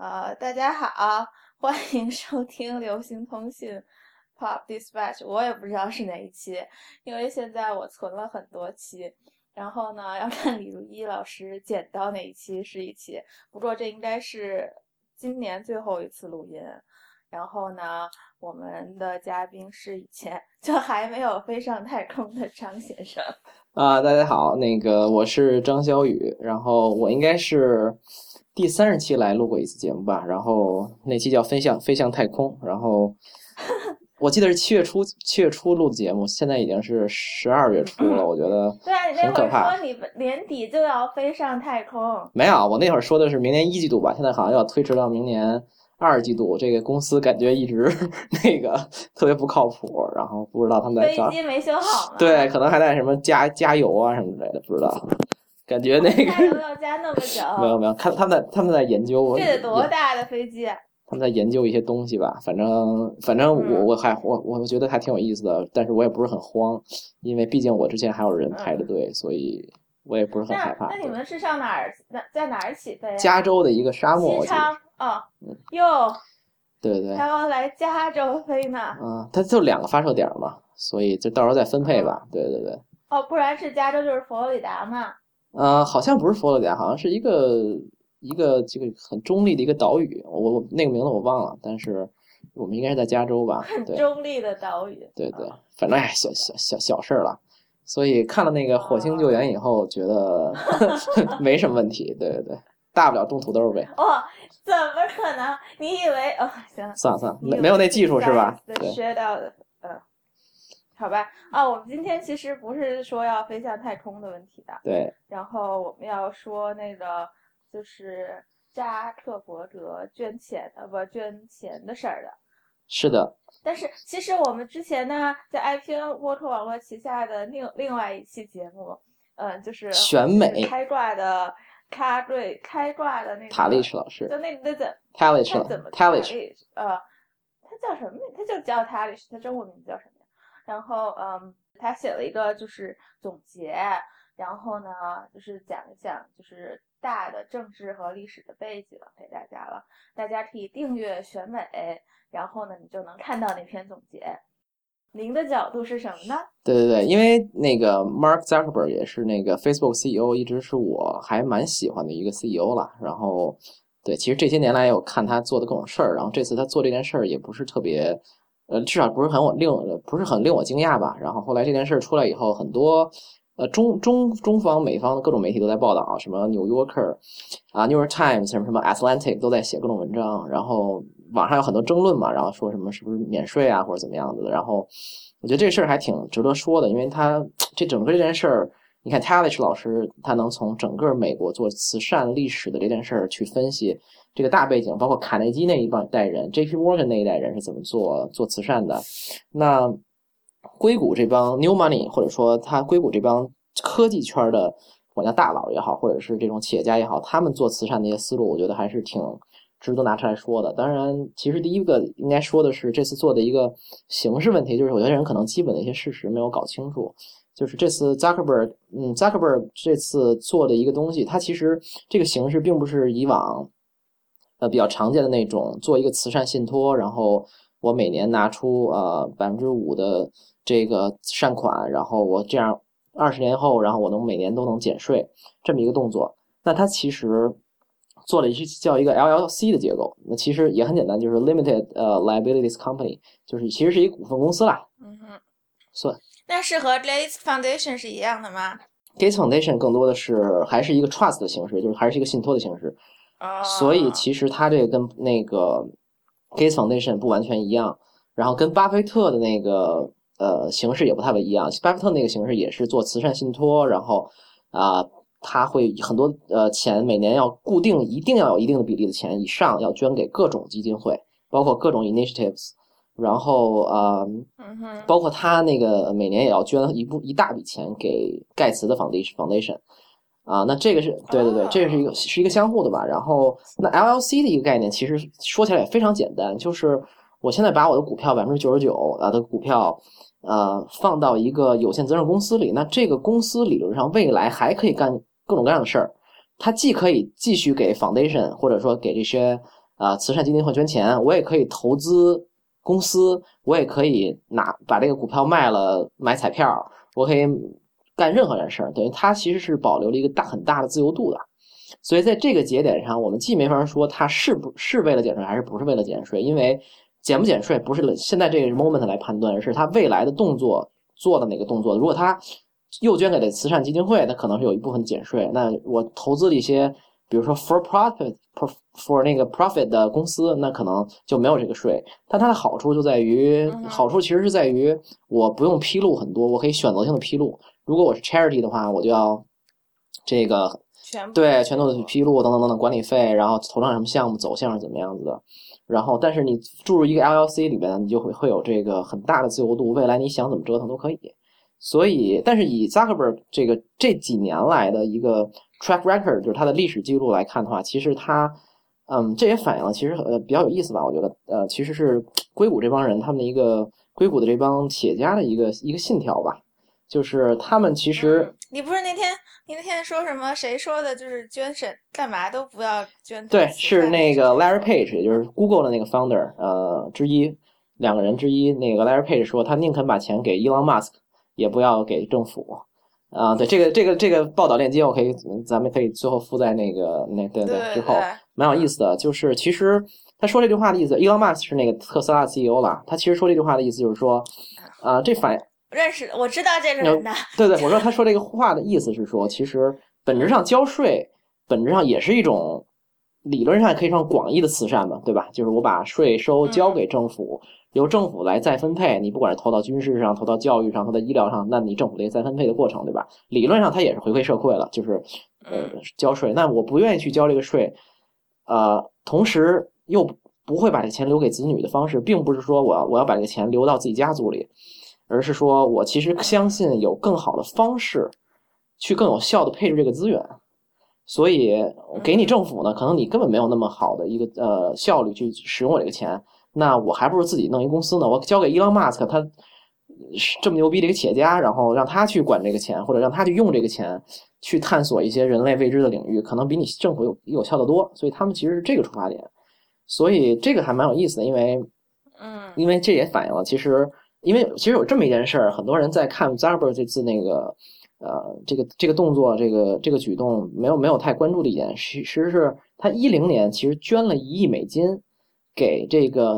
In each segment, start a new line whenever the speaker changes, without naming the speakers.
大家好，欢迎收听流行通信 Pop Dispatch。我也不知道是哪一期，因为现在我存了很多期，然后呢，要看李如一老师剪到哪一期是一期。不过这应该是今年最后一次录音。然后呢，我们的嘉宾是以前就还没有飞上太空的张先生。
大家好，我是张小雨，然后我应该是第30期来录过一次节目吧，然后那期叫飞向太空，然后我记得是7月初录的节目，现在已经是12月初了，我觉得
对啊，你那
很可怕。
会儿说你年底就要飞上太空。
没有，我那会儿说的是明年1季度吧，现在好像要推迟到明年2季度，这个公司感觉一直特别不靠谱，然后不知道他们在
飞机没修好吗？
对，可能还在什么加油啊什么之类的，不知道。感觉
加油要加那么久？
没有，他们在研究。
这得多大的飞机啊？
他们在研究一些东西吧，反正我觉得还挺有意思的，但是我也不是很慌，因为毕竟我之前还有人排着队，所以我也不是很害怕。
那你们是上哪儿？在哪儿起飞啊？
加州的一个沙漠。
西昌哟，
对，
还要来加州飞呢。
它就2个发射点嘛，所以就到时候再分配吧。对。
哦，不然是加州就是佛罗里达嘛。
好像不是佛罗里达，好像是一个这个很中立的一个岛屿，我那个名字我忘了，但是我们应该是在加州吧？对，
中立的岛屿。
对，反正小事了。所以看了那个火星救援以后，觉得没什么问题。对，大不了种土豆呗。
哦，怎么可能？你以为行？
算了，没有那技术是吧？
对，学到的。好吧，我们今天其实不是说要飞向太空的问题的，
对。
然后我们要说那个就是扎克伯格捐钱的事儿的。
是的。
但是其实我们之前呢，在 IPN 沃特网络旗下的另外一期节目，就是
选美
开挂的那个
塔利什老师，
就那怎
塔利什，
他叫什么？他就叫塔利什，他中文名字叫什么？然后他写了一个就是总结，然后呢就是讲一讲就是大的政治和历史的背景给大家了，大家可以订阅选美，然后呢你就能看到那篇总结。您的角度是什么呢？
对，因为那个 Mark Zuckerberg 也是那个 Facebook CEO， 一直是我还蛮喜欢的一个 CEO 了。然后对，其实这些年来有看他做的各种事儿，然后这次他做这件事儿也不是特别至少不是很令我惊讶吧。然后后来这件事出来以后，很多中方美方的各种媒体都在报道，什么 New Yorker New York Times 什么 Atlantic 都在写各种文章，然后网上有很多争论嘛，然后说什么是不是免税啊或者怎么样子的。然后我觉得这事儿还挺值得说的，因为他整个这件事儿，你看 Talish 老师他能从整个美国做慈善历史的这件事儿去分析这个大背景，包括卡内基那一代人 JP Morgan 那一代人是怎么做慈善的。那硅谷这帮 New Money 或者说他硅谷这帮科技圈的管叫大佬也好，或者是这种企业家也好，他们做慈善的一些思路我觉得还是挺值得拿出来说的。当然其实第一个应该说的是这次做的一个形式问题，就是有些人可能基本的一些事实没有搞清楚。就是这次 Zuckerberg 这次做的一个东西，他其实这个形式并不是以往比较常见的那种做一个慈善信托，然后我每年拿出5%的这个善款，然后我这样20年后，然后我能每年都能减税这么一个动作。那它其实做了叫一个 LLC 的结构，那其实也很简单，就是 Limited Liabilities Company， 就是其实是一个股份公司啦。算。
那是和 Gates Foundation 是一样的吗？
Gates Foundation 更多的是还是一个 trust 的形式，就是还是一个信托的形式。所以其实它这个跟那个 Gates Foundation 不完全一样，然后跟巴菲特的那个形式也不太一样。巴菲特那个形式也是做慈善信托，然后他会很多钱每年要固定，一定要有一定的比例的钱以上要捐给各种基金会，包括各种 initiatives， 然后包括他那个每年也要捐一大笔钱给盖茨的 foundation。那这个是对，这是一个相互的吧。然后那 LLC 的一个概念其实说起来也非常简单，就是我现在把我的股票99%的股票放到一个有限责任公司里，那这个公司理论上未来还可以干各种各样的事儿，它既可以继续给 foundation 或者说给这些慈善基金会捐钱，我也可以投资公司，我也可以把这个股票卖了买彩票，我可以干任何件事儿，等于它其实是保留了一个很大的自由度的。所以在这个节点上，我们既没法说它是不是为了减税，还是不是为了减税，因为减不减税不是现在这个 moment 来判断，而是它未来的动作做的哪个动作。如果它又捐给了慈善基金会，那可能是有一部分减税。那我投资了一些，比如说 for 那个 profit 的公司，那可能就没有这个税。但它的好处就在于，好处其实是在于我不用披露很多，我可以选择性的披露。如果我是 charity 的话，我就要这个全都的披露等等等等管理费，然后投上什么项目，走向是怎么样子的。然后，但是你注入一个 LLC 里边，你就会有这个很大的自由度，未来你想怎么折腾都可以。所以，但是以 Zuckerberg 这几年来的一个 track record， 就是他的历史记录来看的话，其实他，这也反映了其实比较有意思吧？我觉得其实是硅谷这帮人他们的一个硅谷的这帮企业家的一个信条吧，就是他们其实，
你不是那天说什么？谁说的？就是捐审干嘛都不要捐。
对，是那个 Larry Page， 也就是 Google 的那个 founder 之一，两个人之一。那个 Larry Page 说，他宁肯把钱给 Elon Musk， 也不要给政府。对，这个报道链接咱们可以最后附在那对之后，蛮有意思的。就是其实他说这句话的意思 ，Elon Musk 是那个特斯拉 CEO 啦。他其实说这句话的意思就是说，这
认识，我知道这个人的。
对，我说他说这个话的意思是说，其实本质上交税，本质上也是一种理论上可以说广义的慈善嘛，对吧？就是我把税收交给政府，由政府来再分配。你不管是投到军事上、投到教育上、投到医疗上，那你政府的再分配的过程，对吧？理论上它也是回馈社会了，就是交税。那我不愿意去交这个税，同时又不会把这钱留给子女的方式，并不是说我要把这个钱留到自己家族里。而是说我其实相信有更好的方式去更有效的配置这个资源，所以给你政府呢，可能你根本没有那么好的一个效率去使用我这个钱，那我还不如自己弄一公司呢，我交给 Elon Musk， 他这么牛逼的一个企业家，然后让他去管这个钱，或者让他去用这个钱去探索一些人类未知的领域，可能比你政府有效的多。所以他们其实是这个出发点，所以这个还蛮有意思的，因为这也反映了其实有这么一件事儿，很多人在看 Zuckerberg 这次那个这个动作，这个举动没有太关注的一点，其实是他2010年其实捐了1亿美金给这个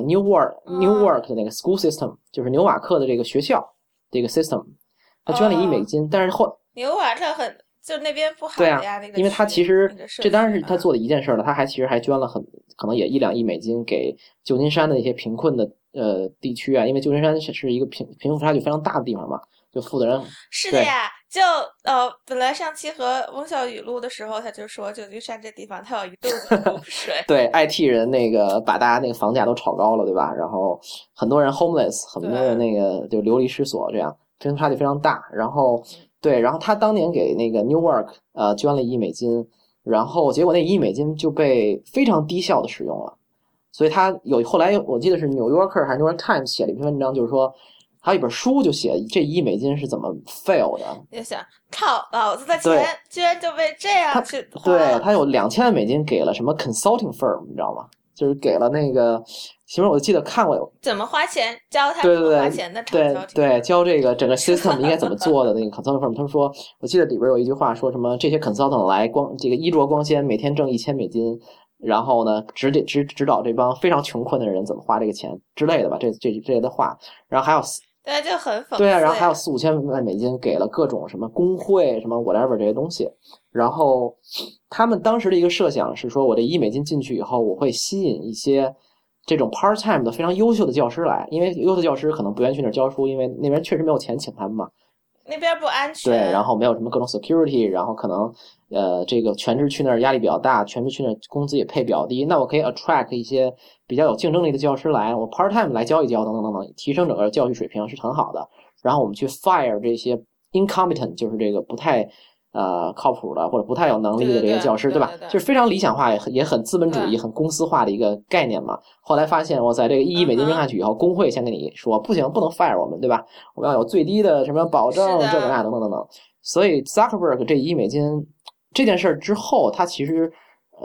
Newark 的那个 school system， 就是纽瓦克的这个学校这个 system， 他捐了1亿美金，但是
纽瓦克就那边不好呀，
对啊，因为他其实这当然是他做的一件事了，他其实还捐了可能也1-2亿美金给旧金山的一些贫困的地区啊，因为旧金山是一个贫富差距非常大的地方嘛，就富的人
是的呀。就本来上期和翁笑雨录的时候，他就说旧金山这地方他有一肚子苦水。
对 IT 人那个把大家那个房价都炒高了，对吧？然后很多人 homeless， 很多人那个就流离失所，这样贫富差距非常大。然后他当年给那个 Newark 捐了1亿美金，然后结果那1亿美金就被非常低效的使用了。所以他后来我记得是纽约客还是 New York Times 写了一篇文章，就是说还有一本书就写这1亿美金是怎么 fail 的。
就想靠老子的钱居然就被这样去花了。
对，他有2000万美金给了什么 consulting firm， 你知道吗？就是给了那个，其实我记得看过
怎么花钱，教他怎么花钱的
对，教这个整个 system 应该怎么做的那个 consulting firm。他们说，我记得里边有一句话说什么，这些 consultant 来这个衣着光鲜，每天挣1000美金。然后呢，指导这帮非常穷困的人怎么花这个钱之类的吧，这类的话。然后还有
对，就很讽刺。
对啊，然后还有4-5千万美金给了各种什么工会什么 whatever 这些东西。然后他们当时的一个设想是说，我这1亿美金进去以后，我会吸引一些这种 part time 的非常优秀的教师来，因为优秀的教师可能不愿意去那儿教书，因为那边确实没有钱请他们嘛。
那边不安全。
对，然后没有什么各种 security， 然后可能这个全职去那儿压力比较大，全职去那儿工资也配比较低。那我可以 attract 一些比较有竞争力的教师来，我 part time 来教一教，等等等等，提升整个教育水平是很好的。然后我们去 fire 这些 incompetent， 就是这个不太靠谱的或者不太有能力的这些教师，
对
吧？就是非常理想化，也很资本主义、很公司化的一个概念嘛。后来发现，我在这个1亿美金扔下去以后，工会先跟你说不行，不能 fire 我们，对吧？我们要有最低的什么保证，这个那等等等等。所以 Zuckerberg 这1亿美金这件事之后，他其实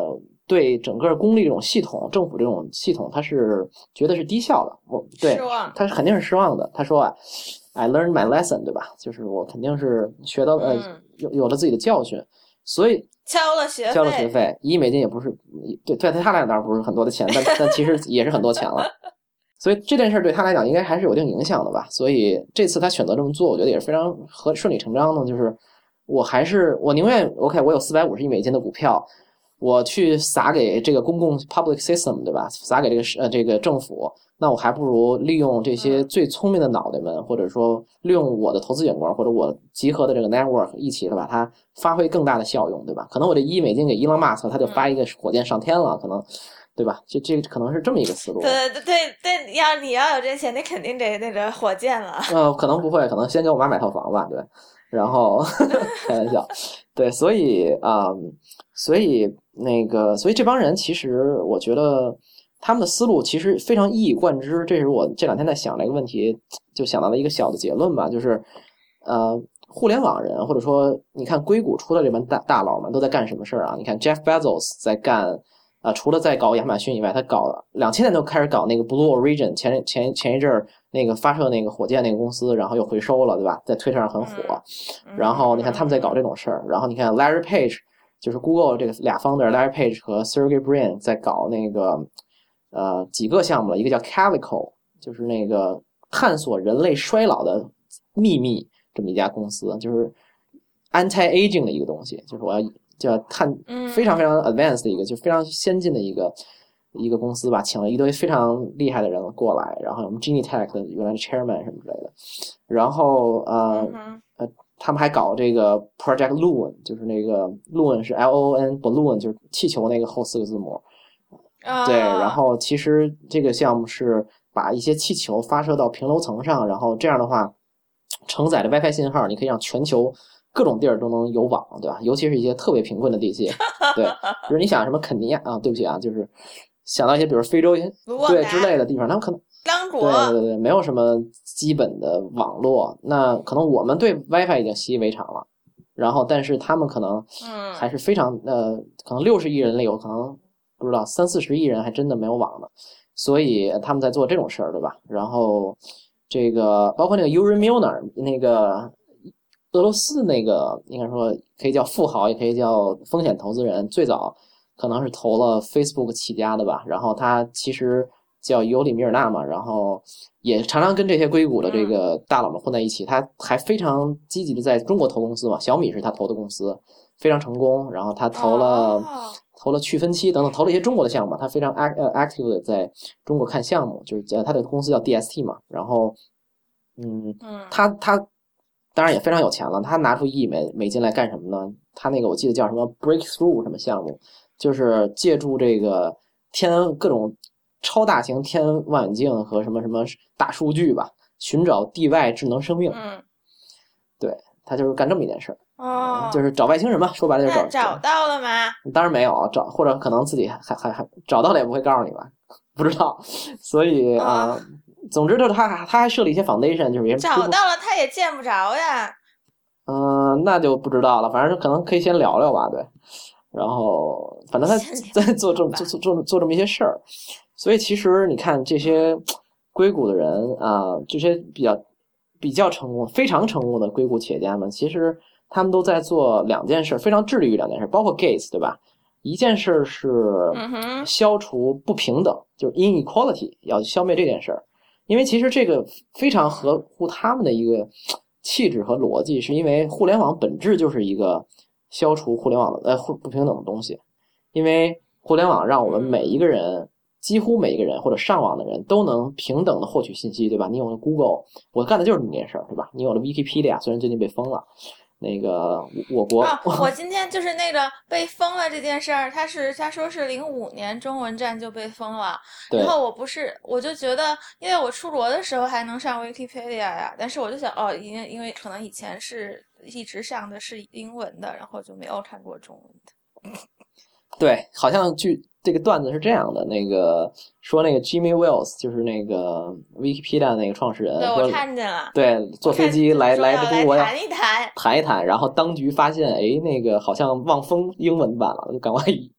对整个公立这种系统、政府这种系统，他是觉得是低效的。对，他肯定是失望的。他说啊 ，I learned my lesson， 对吧？就是我肯定是学到有了自己的教训，所以
交了学
费，$1亿也不是对他来讲当然不是很多的钱，但其实也是很多钱了。所以这件事对他来讲应该还是有一定影响的吧。所以这次他选择这么做，我觉得也是非常顺理成章的。就是我宁愿 OK， 我有$450亿的股票，我去撒给这个公共 public system， 对吧？撒给这个政府，那我还不如利用这些最聪明的脑袋们，或者说利用我的投资眼光，或者我集合的这个 network 一起把它发挥更大的效用，对吧？可能我这$1亿给伊隆马斯克，他就发一个火箭上天了，可能。对吧？这可能是这么一个思路。
对，你要有这钱，你肯定得那个火箭了。
可能不会，可能先给我妈买套房吧。对，然后开玩笑。对，所以所以这帮人其实我觉得他们的思路其实非常一以贯之。这是我这两天在想的一个问题，就想到了一个小的结论吧，就是互联网人或者说你看硅谷出的这帮大佬们都在干什么事儿啊？你看 Jeff Bezos 在干。除了在搞亚马逊以外，他搞2000年都开始搞那个 Blue Origin， 前一阵儿那个发射那个火箭那个公司，然后又回收了，对吧？在推特上很火。然后你看他们在搞这种事儿，然后你看 Larry Page 就是 Google 这个俩 founder Larry Page 和 Sergey Brin 在搞那个几个项目了，一个叫 Calico， 就是那个探索人类衰老的秘密这么一家公司，就是 anti-aging 的一个东西，就是我要。叫非常非常 advanced 的一个，就非常先进的一个公司吧，请了一堆非常厉害的人过来，然后我们 Genentech 的原来的 chairman 什么之类的，然后他们还搞这个 Project Loon， 就是那个 Loon 是 LON balloon， 就是气球那个后4个字母。对，然后其实这个项目是把一些气球发射到平楼层上，然后这样的话承载的 WiFi 信号，你可以让全球各种地儿都能有网，对吧？尤其是一些特别贫困的地区，对，比如你想什么肯尼亚啊，对不起啊，就是想到一些比如非洲对之类的地方，他们可能对，没有什么基本的网络，那可能我们对 WiFi 已经习以为常了，然后但是他们可能还是非常可能60亿人里有可能不知道30-40亿人还真的没有网呢，所以他们在做这种事儿，对吧？然后这个包括那个 Yuri Milner 那个。俄罗斯那个应该说可以叫富豪，也可以叫风险投资人，最早可能是投了 Facebook 起家的吧，然后他其实叫尤里米尔纳嘛，然后也常常跟这些硅谷的这个大佬们混在一起，他还非常积极的在中国投公司嘛，小米是他投的公司，非常成功，然后他投了趣分期等等，投了一些中国的项目，他非常active 的在中国看项目，就是他的公司叫 DST 嘛，然后他当然也非常有钱了，他拿出$1亿美金来干什么呢？他那个我记得叫什么 Breakthrough 什么项目，就是借助这个各种超大型天文望远镜和什么大数据吧，寻找地外智能生命。对，他就是干这么一件事儿。就是找外星人嘛，说白了就是
找到了吗？
当然没有或者可能自己还找到了也不会告诉你吧，不知道。所以总之就是他还设了一些 foundation， 就是
找到了他也见不着呀。
那就不知道了，反正可能可以先聊聊吧，对。然后反正他在做这么一些事儿，所以其实你看这些硅谷的人这些比较成功、非常成功的硅谷企业家们，其实他们都在做2件事，非常致力于2件事，包括 Gates 对吧？一件事是消除不平等，就是 inequality， 要消灭这件事儿。因为其实这个非常合乎他们的一个气质和逻辑，是因为互联网本质就是一个消除互联网的不平等的东西。因为互联网让我们每一个人，几乎每一个人或者上网的人都能平等的获取信息，对吧？你有了 Google， 我干的就是这件事儿，对吧？你有了 Wikipedia， 虽然最近被封了。那个我国
我今天就是那个被封了这件事儿，他说是05年中文站就被封了，然后我就觉得，因为我出国的时候还能上 Wikipedia 呀，但是我就想因为可能以前是一直上的是英文的，然后就没有看过中文的。
对，好像这个段子是这样的，那个说那个 Jimmy Wales 就是那个 Wikipedia 那个创始人，
对，我看见了，
对，坐飞机来中国
谈一谈，
然后当局发现，那个好像忘封英文版了，就赶快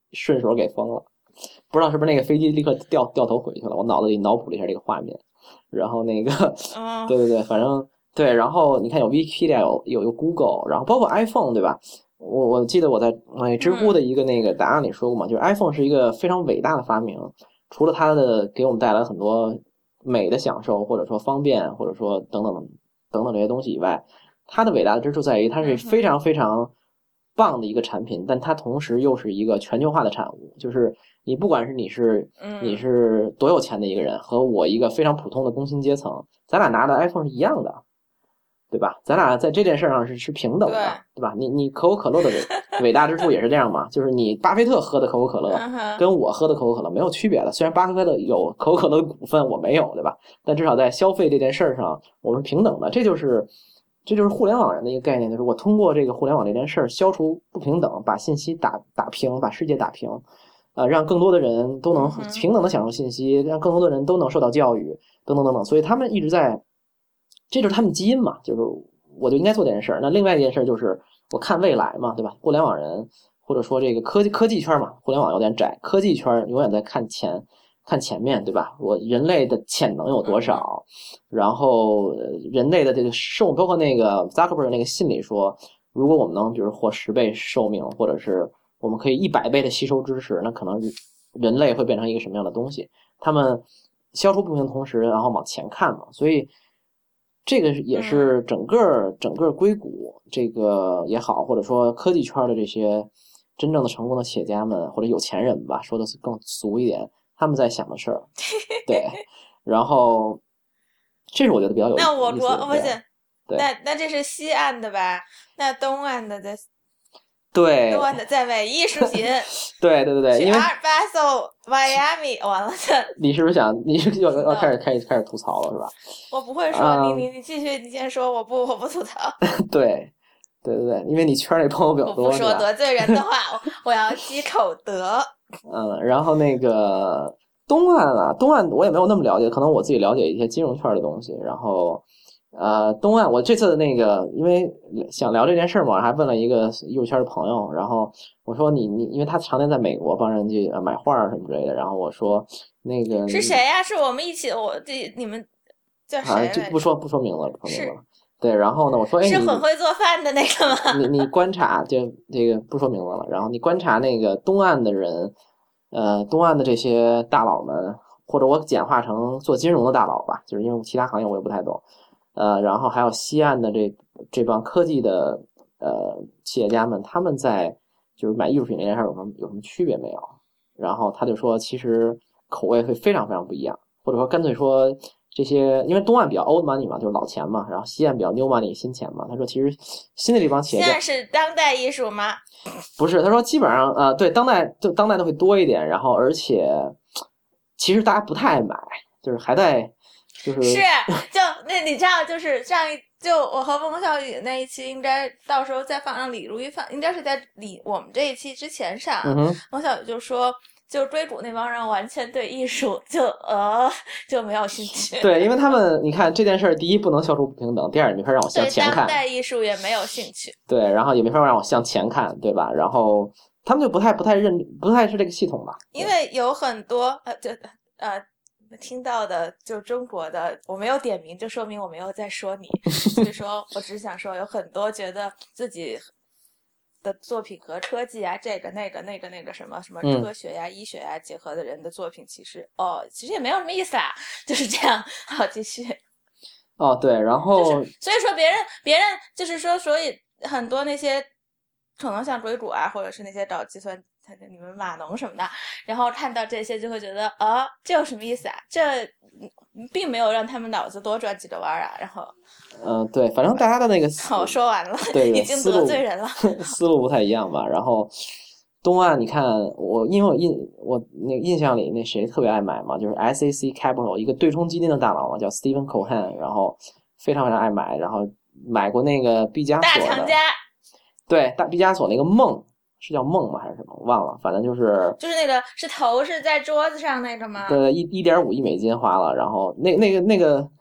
顺手给封了。不知道是不是那个飞机立刻掉头回去了，我脑子里脑补了一下这个画面。然后那个，对对对，反正对，然后你看有 Wikipedia 有 Google， 然后包括 iPhone， 对吧？我记得我在知乎的一个那个答案里说过嘛，就是 iPhone 是一个非常伟大的发明，除了它的给我们带来很多美的享受，或者说方便，或者说等等这些东西以外，它的伟大的之处在于它是非常非常棒的一个产品，但它同时又是一个全球化的产物，就是你不管是你是多有钱的一个人，和我一个非常普通的工薪阶层，咱俩拿的 iPhone 是一样的。对吧？咱俩在这件事上是平等的，对吧？你可口可乐的伟大之处也是这样嘛，就是你巴菲特喝的可口可乐跟我喝的可口可乐没有区别的，虽然巴菲特有可口可乐的股份，我没有，对吧？但至少在消费这件事上，我们是平等的。这就是互联网人的一个概念，就是我通过这个互联网这件事消除不平等，把信息打平，把世界打平，让更多的人都能平等的享受信息，让更多的人都能受到教育，等等等等。所以他们一直在。这就是他们基因嘛，就是我就应该做这件事儿。那另外一件事就是我看未来嘛，对吧？互联网人或者说这个科技圈嘛，互联网有点窄，科技圈永远在看前面，对吧？我人类的潜能有多少？然后人类的这个寿，包括那个 Zuckerberg 那个信里说，如果我们能比如活10倍寿命，或者是我们可以100倍的吸收知识，那可能人类会变成一个什么样的东西？他们消除不平同时，然后往前看嘛，所以。这个也是整个硅谷这个也好，或者说科技圈的这些真正的成功的企业家们或者有钱人吧，说的更俗一点，他们在想的事儿。对，然后这是我觉得比较有意思的。
那这是西岸的吧？那东岸的
对，
东岸的在为艺术品。
对，因为
阿尔巴索、迈阿密，完了这。
你是不是想你要开始吐槽了是吧？
我不会说，你继续，你先说，我不吐槽。
对，因为你圈里朋友比较多。
我不说得罪人的话，我要积口德。
然后那个东岸我也没有那么了解，可能我自己了解一些金融圈的东西，然后。东岸，我这次的那个，因为想聊这件事嘛，我还问了一个艺术圈的朋友，然后我说你，因为他常年在美国帮人去买画什么之类的，然后我说那个
是谁呀？是我们一起，你们叫谁？
就不说名字了，不说名字了。对，然后呢，我说，
是很会做饭的那个吗？
你观察，就这个不说名字了，然后你观察那个东岸的人，东岸的这些大佬们，或者我简化成做金融的大佬吧，就是因为其他行业我也不太懂。然后还有西岸的这帮科技的企业家们，他们在就是买艺术品这件事有什么区别没有？然后他就说，其实口味会非常非常不一样，或者说干脆说这些，因为东岸比较 old money 嘛，就是老钱嘛，然后西岸比较 new money 新钱嘛。他说，其实新的这帮企业家，
现在是当代艺术吗？
不是，他说基本上对当代的会多一点，然后而且其实大家不太爱买，就是还在。就
那你知道，就是我和翁小雨那一期，应该到时候再放，让李如一放，应该是在我们这一期之前上。翁小雨就说，就追逐那帮人完全对艺术就没有兴趣。
对，因为他们你看这件事儿，第一不能消除不平等，第二也没法让我向前看。
对当代艺术也没有兴趣。
对，然后也没法让我向前看，对吧？然后他们就不太是这个系统吧？
因为有很多听到的就是中国的，我没有点名，就说明我没有在说你，所以说我只想说，有很多觉得自己的作品和科技啊，这个那个什么科学呀、医学呀结合的人的作品，其实也没有什么意思啊，就是这样。好，继续。
对，然后
所以说别人就是说，所以很多那些可能像追逐啊，或者是那些找计算。你们码农什么的，然后看到这些就会觉得这有什么意思啊？这并没有让他们脑子多转几个弯啊。然后
对，反正大家的那个
我说完了，
对，
已经得罪人了，
思路不太一样吧。然后东岸，你看因为我那个印象里那谁特别爱买嘛，就是 SAC Capital 一个对冲基金的大佬嘛，叫 Stephen Cohen， 然后非常非常爱买，然后买过那个毕加索的
大藏家，
对，毕加索那个梦。是叫梦吗还是什么？忘了，反正就是
那个是头是在桌子上那个吗？
对，1.5亿美金花了，然后那个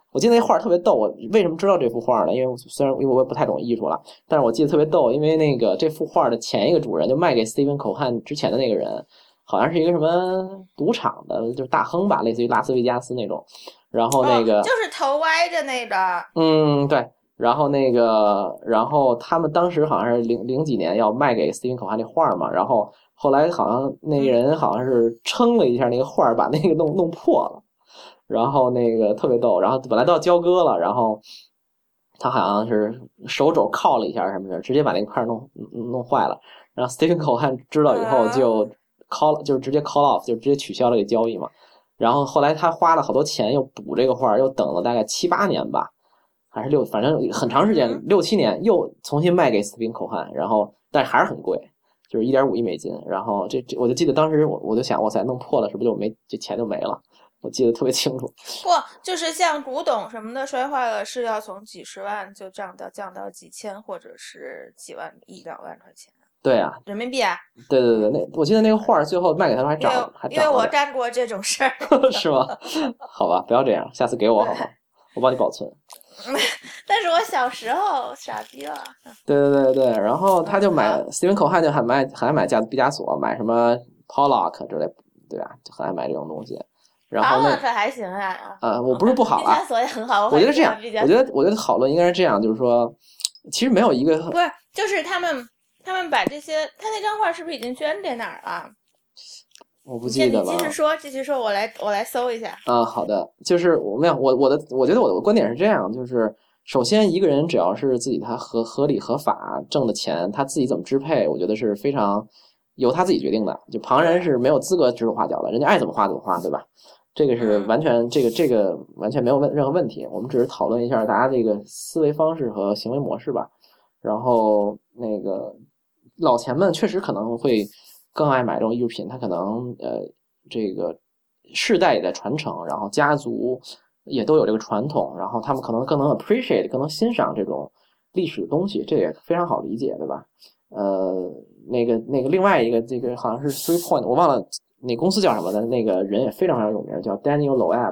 我记得那画特别逗，我为什么知道这幅画呢？因为我也不太懂艺术了，但是我记得特别逗，因为那个这幅画的前一个主人就卖给 Stephen Cohen 之前的那个人，好像是一个什么赌场的，就是大亨吧，类似于拉斯维加斯那种。然后那个、
就是头歪着那个，
对。然后他们当时好像是零几年要卖给斯蒂芬·口汉那画嘛，然后后来好像那个人好像是撑了一下那个画，把那个弄破了，然后那个特别逗，然后本来都要交割了，然后他好像是手肘铐了一下什么的，直接把那个画弄坏了，然后斯蒂芬·口汉知道以后就是直接 call off， 就直接取消了这交易嘛。然后后来他花了好多钱又补这个画，又等了大概7、8年吧。还是反正很长时间，6、7年又重新卖给斯宾口汉，然后但是还是很贵，就是1.5亿美金。然后这我就记得当时我就想，哇塞，弄破了是不是这钱就没了？我记得特别清楚。
不，就是像古董什么的摔坏了，是要从几十万就降到几千或者是几万、1、2万块钱。
对啊，
人民币啊。
对，那我记得那个画最后卖给他还涨了，
因为我干过这种事儿。
是吗？好吧，不要这样，下次给我好吗？我帮你保存。
但是我小时候傻逼了。
对，然后他就买斯蒂芬·口汉就很爱买毕加索，买什么 Pollock 之类，对吧？就很爱买这种东西。然后
Pollock还行啊。
我不是不好啊。
毕加索也很好，
我觉得这样，我觉得讨论应该是这样，就是说，其实没有一个
不是，就是他们把这些，他那张画是不是已经捐给哪儿了？
我不记得了。
你继续说，我来搜一下。
好的，就是我觉得我的观点是这样，就是首先一个人只要是自己他合理合法挣的钱，他自己怎么支配，我觉得是非常由他自己决定的，就旁人是没有资格指手画脚的，人家爱怎么花怎么花，对吧？这个是完全这个完全没有任何问题，我们只是讨论一下大家这个思维方式和行为模式吧。然后那个老钱们确实可能会更爱买这种艺术品，他可能这个世代也在传承，然后家族也都有这个传统，然后他们可能更能 appreciate 更能欣赏这种历史的东西，这也非常好理解，对吧？那个另外一个这个好像是 Three Point， 我忘了那公司叫什么的，那个人也非常非常有名，叫 Daniel Loeb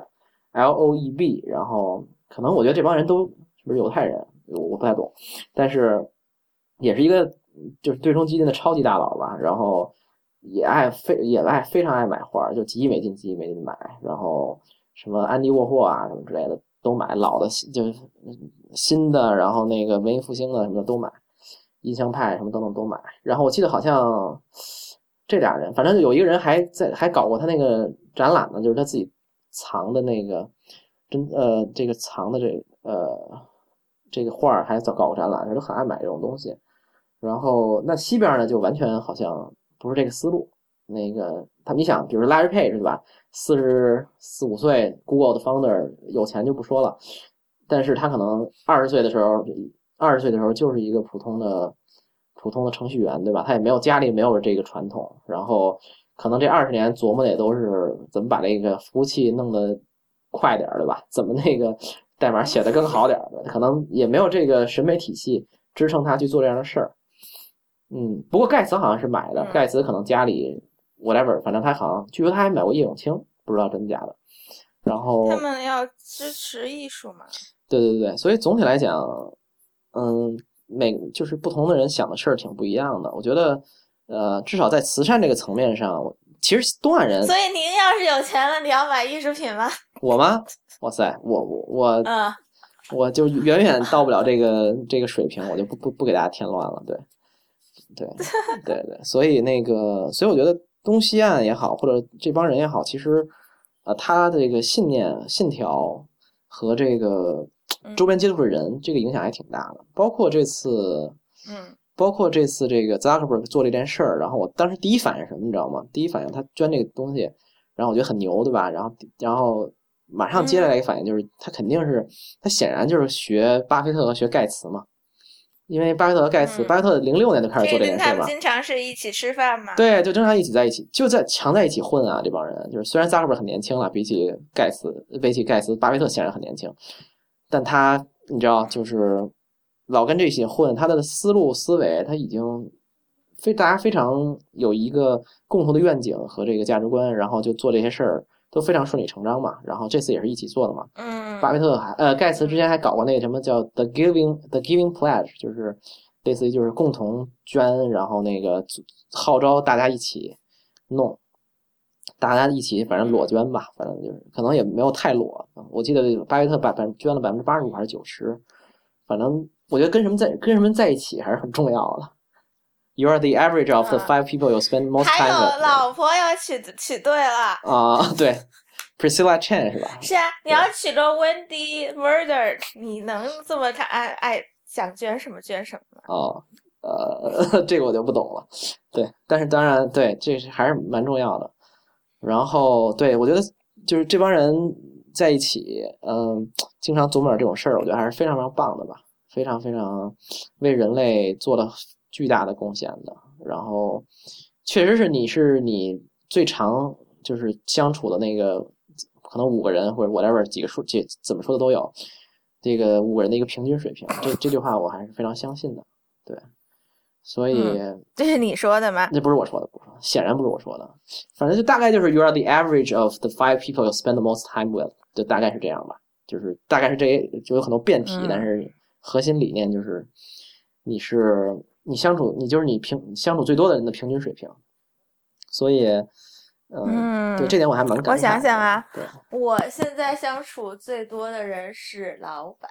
Loeb， 然后可能我觉得这帮人都是不是犹太人，我不太懂，但是也是一个就是对冲基金的超级大佬吧，然后非常爱买画，就几亿美金买，然后什么安迪沃霍啊什么之类的都买，老的就是新的，然后那个文艺复兴的什么的都买，印象派什么等等都买。然后我记得好像这俩人，反正有一个人还搞过他那个展览呢，就是他自己藏的那个这个藏的这个画还搞过展览，他就很爱买这种东西。然后那西边呢就完全好像不是这个思路，那个你想，比如说 Larry Page 对吧，44、45岁 Google 的 founder， 有钱就不说了，但是他可能20岁的时候就是一个普通的程序员，对吧？他也没有家里没有这个传统，然后可能这20年琢磨的也都是怎么把这个服务器弄得快点，对吧？怎么那个代码写得更好点，可能也没有这个审美体系支撑他去做这样的事儿。不过盖茨好像是买的，盖茨可能家里 whatever， 反正他好像据说他还买过叶永青，不知道真的假的。然后
他们要支持艺术嘛。
对，所以总体来讲，就是不同的人想的事儿挺不一样的。我觉得至少在慈善这个层面上，其实东岸人。
所以您要是有钱了，你要买艺术品吗？
我吗？哇塞，我就远远到不了这个水平，我就不给大家添乱了。对，所以我觉得东西岸也好，或者这帮人也好，其实他的这个信条和这个周边接触的人，这个影响还挺大的。包括这次这个 Zuckerberg 做这件事儿，然后我当时第一反应是什么，你知道吗？第一反应他捐这个东西，然后我觉得很牛，对吧？然后马上接下来一个反应就是他显然就是学巴菲特和学盖茨嘛。因为巴菲特和盖茨，巴菲特06年就开始做这件事吧。
他们经常是一起吃饭嘛。
对，就经常在一起，常在一起混啊。这帮人就是虽然扎克伯很年轻了，比起盖茨，巴菲特显然很年轻，但他你知道，就是老跟这些混，他的思维，他已经大家非常有一个共同的愿景和这个价值观，然后就做这些事儿都非常顺理成章嘛。然后这次也是一起做的嘛。巴菲特盖茨之前还搞过那个什么叫 The Giving Pledge， 就是类似于就是共同捐，然后那个号召大家一起弄，大家一起反正裸捐吧，反正就是可能也没有太裸。我记得巴菲特捐了85%还是90%，反正我觉得跟什么在一起还是很重要的。You are the average of the 5 people you spend most time with。
还有老婆要娶对了
对 Priscilla Chan 是吧？
是啊，你要娶个 Wendy Murder， 你能这么看想捐什么捐什么
这个我就不懂了。对，但是当然对，这还是蛮重要的。然后对，我觉得就是这帮人在一起经常琢磨点这种事儿，我觉得还是非常非常棒的吧，非常非常为人类做了巨大的贡献的。然后确实是你最长就是相处的那个可能5个人或者 whatever 几个数怎么说的都有，这个5个人的一个平均水平，这句话我还是非常相信的。对，所以
这是你说的吗？
这不是我说的，显然不是我说的。反正就大概就是 you are the average of the 5 people you spend the most time with， 就大概是这样吧。就是大概是就有很多变体，但是核心理念就是你相处相处最多的人的平均水平。所以对这点我还蛮感慨的。
我想想啊，
对，
我现在相处最多的人是老板，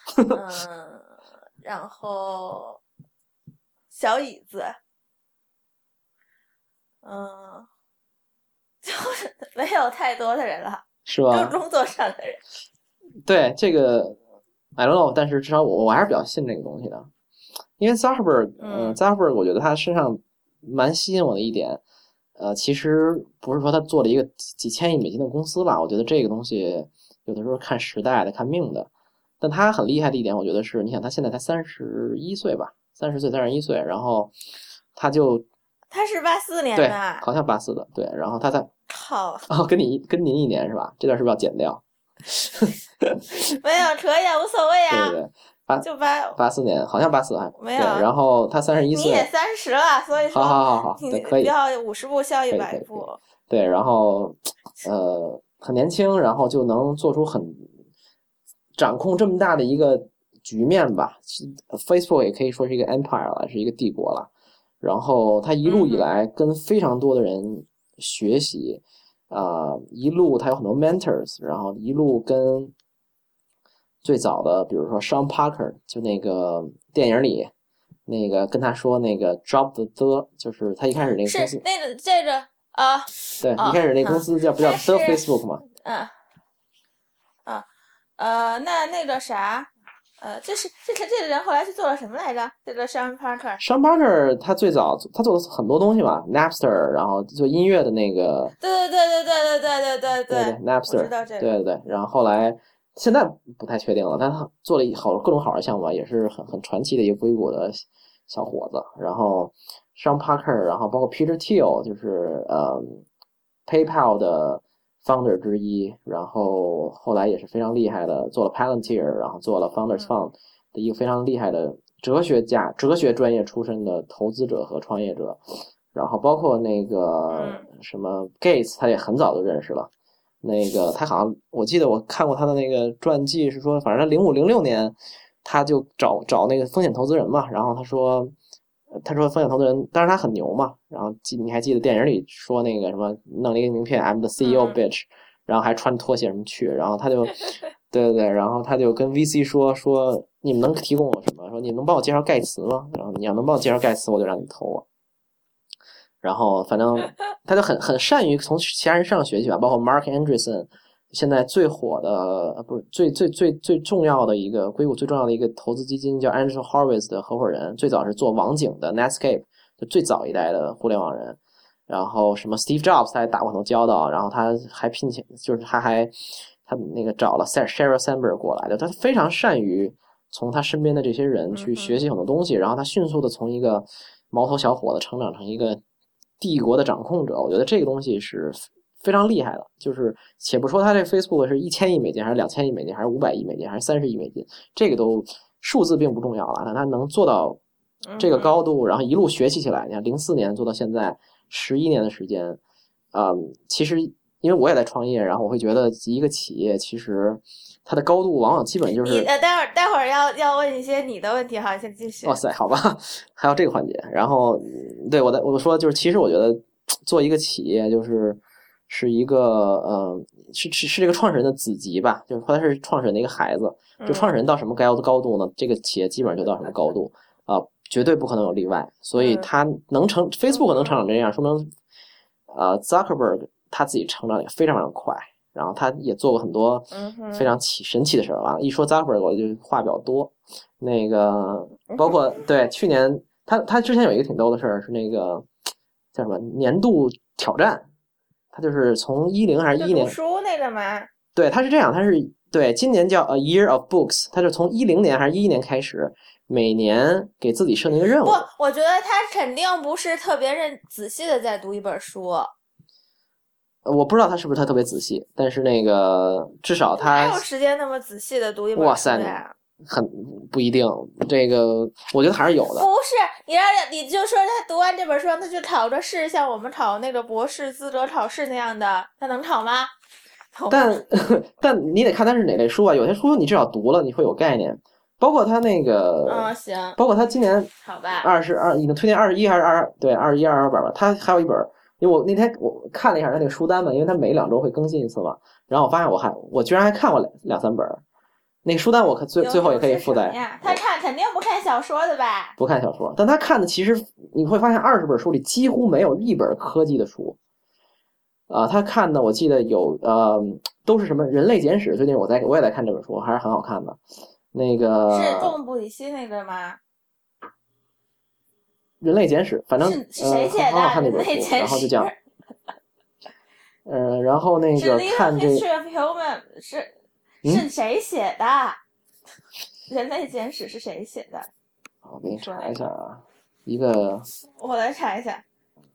然后小椅子，就是没有太多的人了，
是吧？
就工作上的人。
对这个 I don't know， 但是至少我还是比较信这个东西的，因为 Zuckerberg 我觉得他身上蛮吸引我的一点，其实不是说他做了一个几千亿美金的公司吧，我觉得这个东西有的时候看时代的看命的。但他很厉害的一点，我觉得是，你想他现在才31岁吧，30岁31岁，然后他是
84年
的，对，
的，
好像84的，对，然后他才
好
跟您1年是吧？这段是不是要剪掉？
没有可以啊，无所谓啊。
对，
就
84年，好像84还
没有。
对，然后他31岁，
你也30了，所以说
好，对，可以，
要50步笑100步。
对，然后很年轻，然后就能做出掌控这么大的一个局面吧。Facebook 也可以说是一个 empire 了，是一个帝国了。然后他一路以来跟非常多的人学习，一路他有很多 mentors， 然后一路跟最早的比如说 Sean Parker， 就那个电影里那个跟他说那个 drop the， 就是他一开始那个公司
是那个这个
对，一开始那公司不叫 The Facebook 吗？
那个啥，这个人后来是做了什么来着？这个 Sean
Parker 他最早他做了很多东西嘛 ，Napster， 然后做音乐的那个，
对
Napster，
我知道这个，
对，然后后来现在不太确定了，但他做了各种好玩项目，也是很传奇的一个硅谷的小伙子。然后 Sean Parker， 然后包括 Peter Thiel， 就是PayPal 的 founder 之一，然后后来也是非常厉害的，做了 Palantir， 然后做了 Founders Fund 的一个非常厉害的哲学专业出身的投资者和创业者。然后包括那个什么 Gates， 他也很早就认识了。那个他好像我记得我看过他的那个传记，是说反正他05、06年他就找那个风险投资人嘛，然后他说风险投资人，当然他很牛嘛，然后你还记得电影里说那个什么弄了一个名片 I'm the CEO bitch， 然后还穿拖鞋什么去，然后他就对，然后他就跟 VC 说你们能提供我什么？说你能帮我介绍盖茨吗？然后你要能帮我介绍盖茨，我就让你投我。然后反正他就很善于从其他人身上学习吧，包括 Mark Andreessen， 现在最火的不是最重要的一个硅谷最重要的一个投资基金叫 Andreessen Horowitz 的合伙人，最早是做网景的 Netscape， 就最早一代的互联网人。然后什么 Steve Jobs 他也打过很多交道，然后他还聘请，就是他那个找了 Sheryl Sandberg 过来的，他非常善于从他身边的这些人去学习很多东西，然后他迅速的从一个毛头小伙子成长成一个帝国的掌控者。我觉得这个东西是非常厉害的，就是且不说他这 Facebook 是1000亿美金还是2000亿美金还是500亿美金还是30亿美金，这个都数字并不重要了，但他能做到这个高度，然后一路学习起来，你看04年做到现在11年的时间，其实因为我也在创业，然后我会觉得一个企业其实它的高度往往基本就是
你待会儿要问一些你的问题哈，先继续。
哇塞，好吧，还有这个环节。然后对我说就是，其实我觉得做一个企业是一个是这个创始人的子集吧，就是他是创始人的一个孩子。就创始人到什么高度呢？这个企业基本上就到什么高度绝对不可能有例外。所以他Facebook 能成长这样，说明Zuckerberg 他自己成长也非常非常快。然后他也做过很多非常神奇的事儿啊！一说 Zuckerberg 我就话比较多。那个包括对去年他之前有一个挺逗的事儿，是那个叫什么年度挑战，他就是从10还是11年
读书那个吗？
对，他是这样，他是对今年叫 A Year of Books， 他是从10年还是11年开始，每年给自己设定一个任务。
不，我觉得他肯定不是特别仔细的在读一本书。
我不知道他是不是特别仔细，但是那个至少他
哪有时间那么仔细的读一本书呀？
哇塞，很不一定。这个我觉得还是有的。
不是你就说他读完这本书，让他去考个试，像我们考那个博士资格考试那样的，他能考吗？
但你得看他是哪类书啊，有些书你至少读了，你会有概念。包括他那个
行，
包括他今年
好吧
22已经推荐21还是22对21、22本吧，他还有一本。因为我那天我看了一下他那个书单嘛，因为他每2周会更新一次嘛，然后我发现我居然还看过2、3本，那个书单我最后也可以附在。
他肯定不看小说的吧？
不看小说，但他看的其实你会发现20本书里几乎没有一本科技的书。他看的我记得有都是什么《人类简史》，最近我也在看这本书，还是很好看的。那个
是仲布里希那个吗？
人类简史，反正
是谁写的？
很好看那本书，然后就讲，然后那个看这
History of Human 是谁写的？人类简史是谁写的？
我给你查一下啊，一个
我来查一下。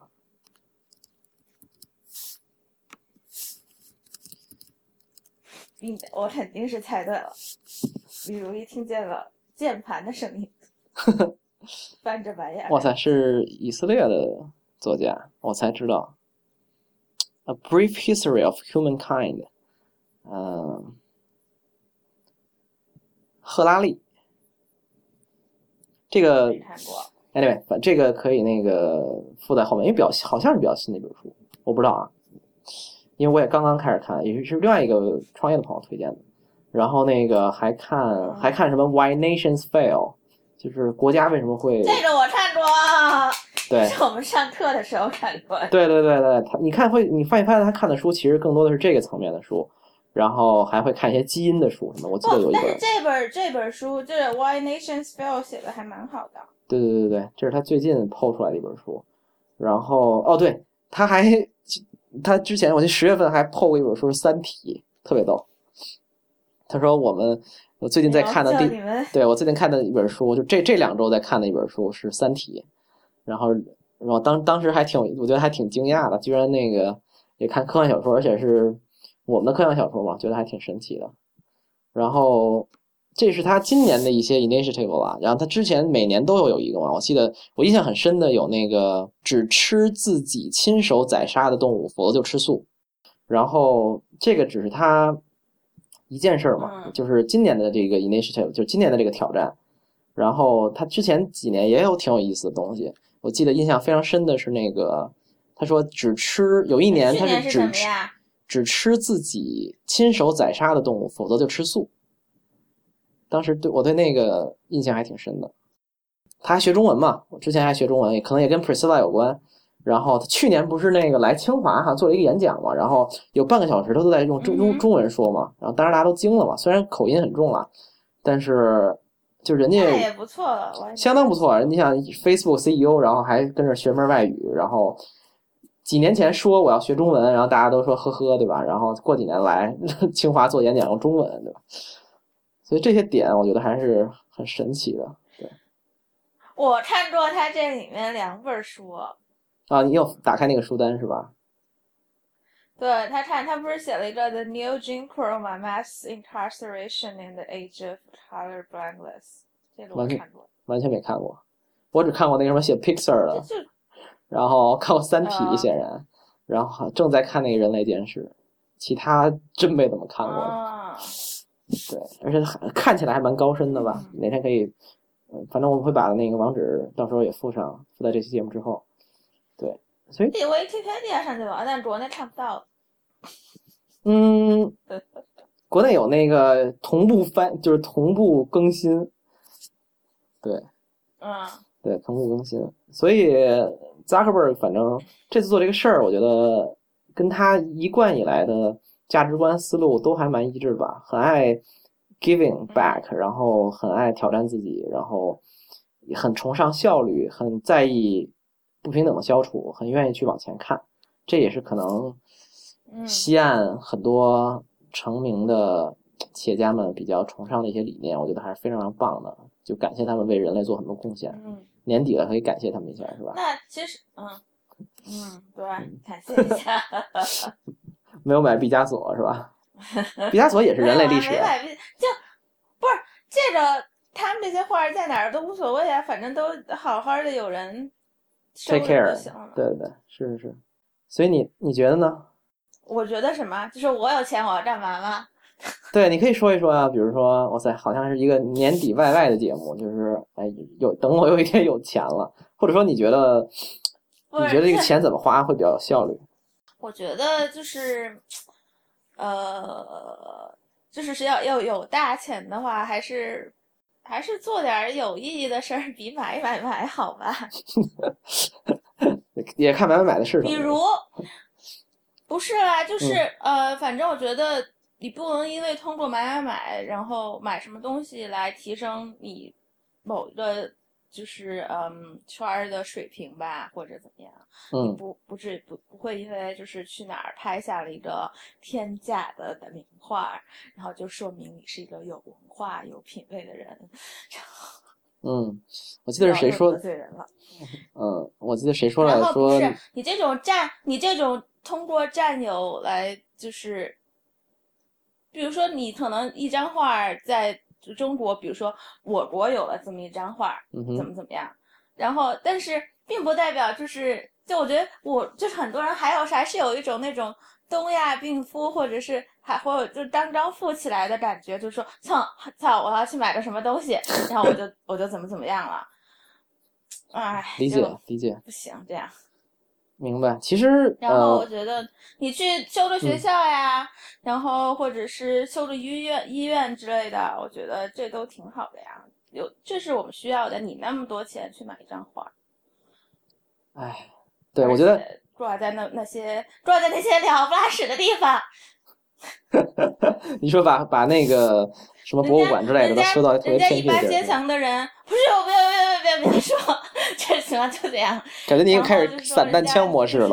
我肯定是猜对了。李如一听见了键盘的声音。翻着白眼。
哇塞，是以色列的作家，我才知道。A Brief History of Humankind， 赫拉利。这个
没看过。
anyway， 这个可以那个附在后面，因为好像是比较新的一本书，我不知道啊，因为我也刚刚开始看，也是另外一个创业的朋友推荐的。然后那个还看什么 Why Nations Fail。就是国家为什么会
这个我看过，
对，
是我们上课的时候看过。
对，你发现他看的书其实更多的是这个层面的书，然后还会看一些基因的书什么。我记得有一本，
但是这本书就是 Why Nations Fail 写的还蛮好的。
对，这是他最近PO出来的一本书。然后对，他之前我记得10月份还PO过一本书是《三体》，特别逗。他说我最近在看的对我最近看的一本书，就这2周在看的一本书是《三体》，然后当时我觉得还挺惊讶的，居然那个也看科幻小说，而且是我们的科幻小说嘛，觉得还挺神奇的。然后这是他今年的一些 initiative 了，然后他之前每年都有一个嘛，我记得我印象很深的有那个只吃自己亲手宰杀的动物，否则就吃素。然后这个只是他一件事嘛，就是今年的这个 initiative， 就是今年的这个挑战。然后他之前几年也有挺有意思的东西，我记得印象非常深的是那个，他说有一年他是只吃自己亲手宰杀的动物，否则就吃素。当时我对那个印象还挺深的。他还学中文嘛，我之前还学中文，可能也跟 Priscilla 有关。然后他去年不是那个来清华哈做了一个演讲嘛，然后有半个小时他都在用中文说嘛，然后当时大家都惊了嘛，虽然口音很重了，但是就人家
也不错了，
相当不错。你想 Facebook CEO， 然后还跟着学门外语，然后几年前说我要学中文，然后大家都说呵呵，对吧？然后过几年来清华做演讲用中文，对吧？所以这些点我觉得还是很神奇的。对，
我看过他这里面2本书。
你有打开那个书单是吧？
对，他不是写了一个 The New Jim Crow Mass Incarceration in the Age of Colorblindness， 这个我看过。
完全没看过，我只看过那个什么写 Pixar 的，然后看过《三体》显然，然后正在看那个《人类简史》， 其他真没怎么看过。对，而且看起来还蛮高深的吧。哪天可以，反正我们会把那个网址到时候也附在这期节目之后。对，所以
Wikipedia 上就有，但国内看不到。
国内有那个同步就是同步更新。对，对，同步更新。所以扎克伯格反正这次做这个事儿，我觉得跟他一贯以来的价值观思路都还蛮一致吧，很爱 giving back，然后很爱挑战自己，然后很崇尚效率，很在意不平等的消除，很愿意去往前看。这也是可能西岸很多成名的企业家们比较崇尚的一些理念，我觉得还是非常非常棒的，就感谢他们为人类做很多贡献。年底了可以感谢他们一下，是吧？
那其实对，感谢一下。
没有买毕加索是吧？毕加索也是人类历史。
没买就不是这个，他们这些画在哪儿都无所谓啊，反正都好好的有人收
take care
就行了。
对对，是。所以你觉得呢？
我觉得什么？就是我有钱我要干嘛吗？
对，你可以说一说啊，比如说，哇塞，好像是一个年底YY的节目，就是等我有一天有钱了，或者说你觉得这个钱怎么花会比较有效率？
我觉得就是就是要有大钱的话，还是做点有意义的事儿，比买好吧。
也看买的是什么。
比如不是啦，就是反正我觉得你不能因为通过买，然后买什么东西来提升你某一个就是圈的水平吧，或者怎么样。你不会因为就是去哪儿拍下了一个天价的名画，然后就说明你是一个有文化有品位的人。
我记得是谁说
得罪人了。
我记得谁说来说，
然后不是你这种通过占有来就是，比如说你可能一张画在中国，比如说我国有了这么一张画，怎么样，然后但是并不代表就是我觉得就是很多人还是有一种那种东亚病夫，或者是会有就当张富起来的感觉，就是说操我要去买个什么东西，然后我就怎么样了。
理解，
不行这样。
明白。其实
然后我觉得你去修个学校呀，然后或者是修个医院之类的，我觉得这都挺好的呀。这是我们需要的。你那么多钱去买一张画，
对，我觉得
挂在那些了不拉屎的地方。
你说把那个什么博物馆之类的都修到特别偏僻的地
人家一般阶层的人，不是我别说，这行了就这样。
感觉你已经开始散弹枪模式了。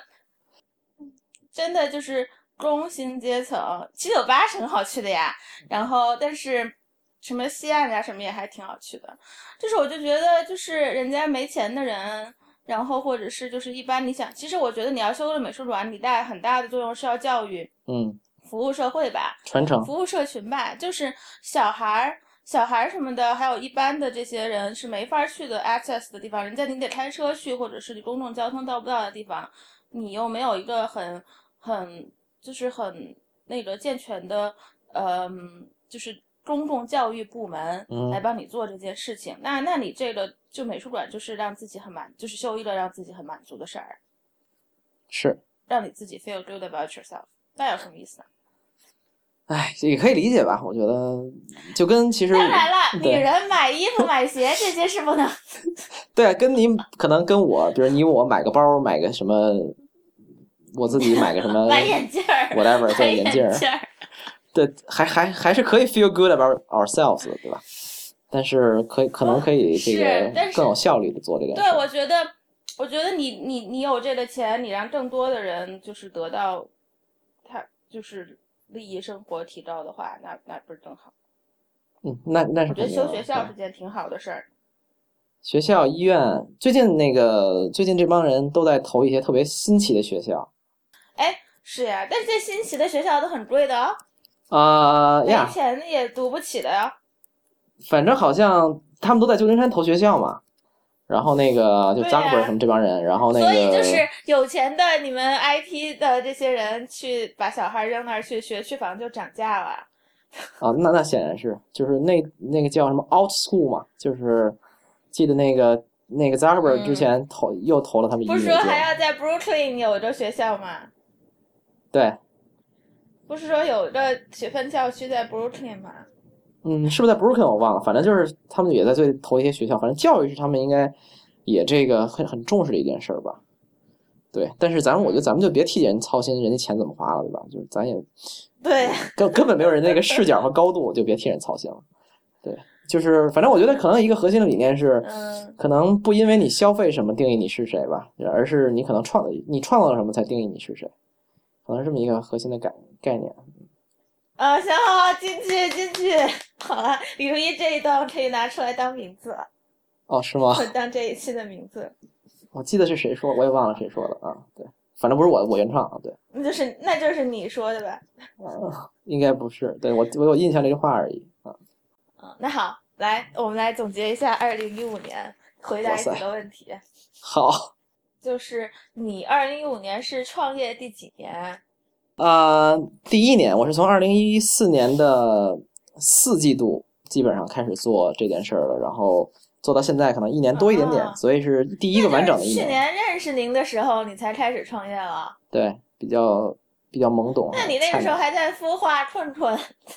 真的就是工薪阶层，其实有80%好去的呀。然后但是什么西岸呀什么也还挺好去的，就是我就觉得就是人家没钱的人。然后或者是就是一般你想，其实我觉得你要修个美术馆，你带很大的作用是要教育，服务社会吧，
传承，
服务社群吧，就是小孩什么的，还有一般的这些人是没法去的 access 的地方，人家你得开车去，或者是你公共交通到不到的地方，你又没有一个很就是很那个健全的就是公共教育部门来帮你做这件事情。那你这个就美术馆就是让自己就是修一个让自己很满足的事儿，
是
让你自己 feel good about yourself， 那有什么意思呢？
也可以理解吧，我觉得就跟其实
当然了，女人买衣服买鞋这些是不能
对啊，跟你可能跟我，比如你我买个包，买个什么，我自己买个什么
买眼镜
，whatever， 对，眼镜对，还是可以 feel good about ourselves 的，对吧？但是可能可以这个更有效率的做这个。
对，我觉得你有这个钱，你让更多的人就是得到他就是利益生活提高的话，那不是更好？
那是
我觉得修学校是件挺好的事儿。
学校、医院，最近这帮人都在投一些特别新奇的学校。
是呀，但是这新奇的学校都很贵的哦。没钱也读不起的呀。
反正好像他们都在旧金山投学校嘛， 然后那个就 Zuckerberg 什么这帮人，然后那个
所以就是有钱的你们 IT 的这些人去把小孩扔那儿去学，去房就涨价了。
啊，那显然是，就是那个叫什么 Out School 嘛，就是记得那个 Zuckerberg 之前又投了他们1亿美金。
不是说还要在 Brooklyn 有着学校吗？
对，
不是说有着学分校区在 Brooklyn 吗？
是不是在 Brooklyn 我忘了，反正就是他们也在投一些学校，反正教育是他们应该也这个很重视的一件事吧。对，但是我觉得咱们就别替人操心，人家钱怎么花了，对吧？就是咱也
对，
根本没有人那个视角和高度，就别替人操心了。对，就是反正我觉得可能一个核心的理念是，可能不因为你消费什么定义你是谁吧，而是你可能创造了什么才定义你是谁，可能是这么一个核心的概念。
行，好，进去，好了，李如一这一段可以拿出来当名字了。
哦，是吗？
当这一期的名字。
我记得是谁说，我也忘了谁说的啊。对，反正不是我原创啊。对，
那就是你说的吧？
应该不是，对我有印象这句话而已啊。
那好，我们来总结一下2015年，回答几个问题。
好，
就是你2015年是创业第几年？
第1年，我是从2014年的4季度基本上开始做这件事儿了，然后做到现在可能1年多一点点，所以是第一个完整的1年。
去年认识您的时候，你才开始创业了。
对，比较懵懂。
那你那个时候还在孵化困困？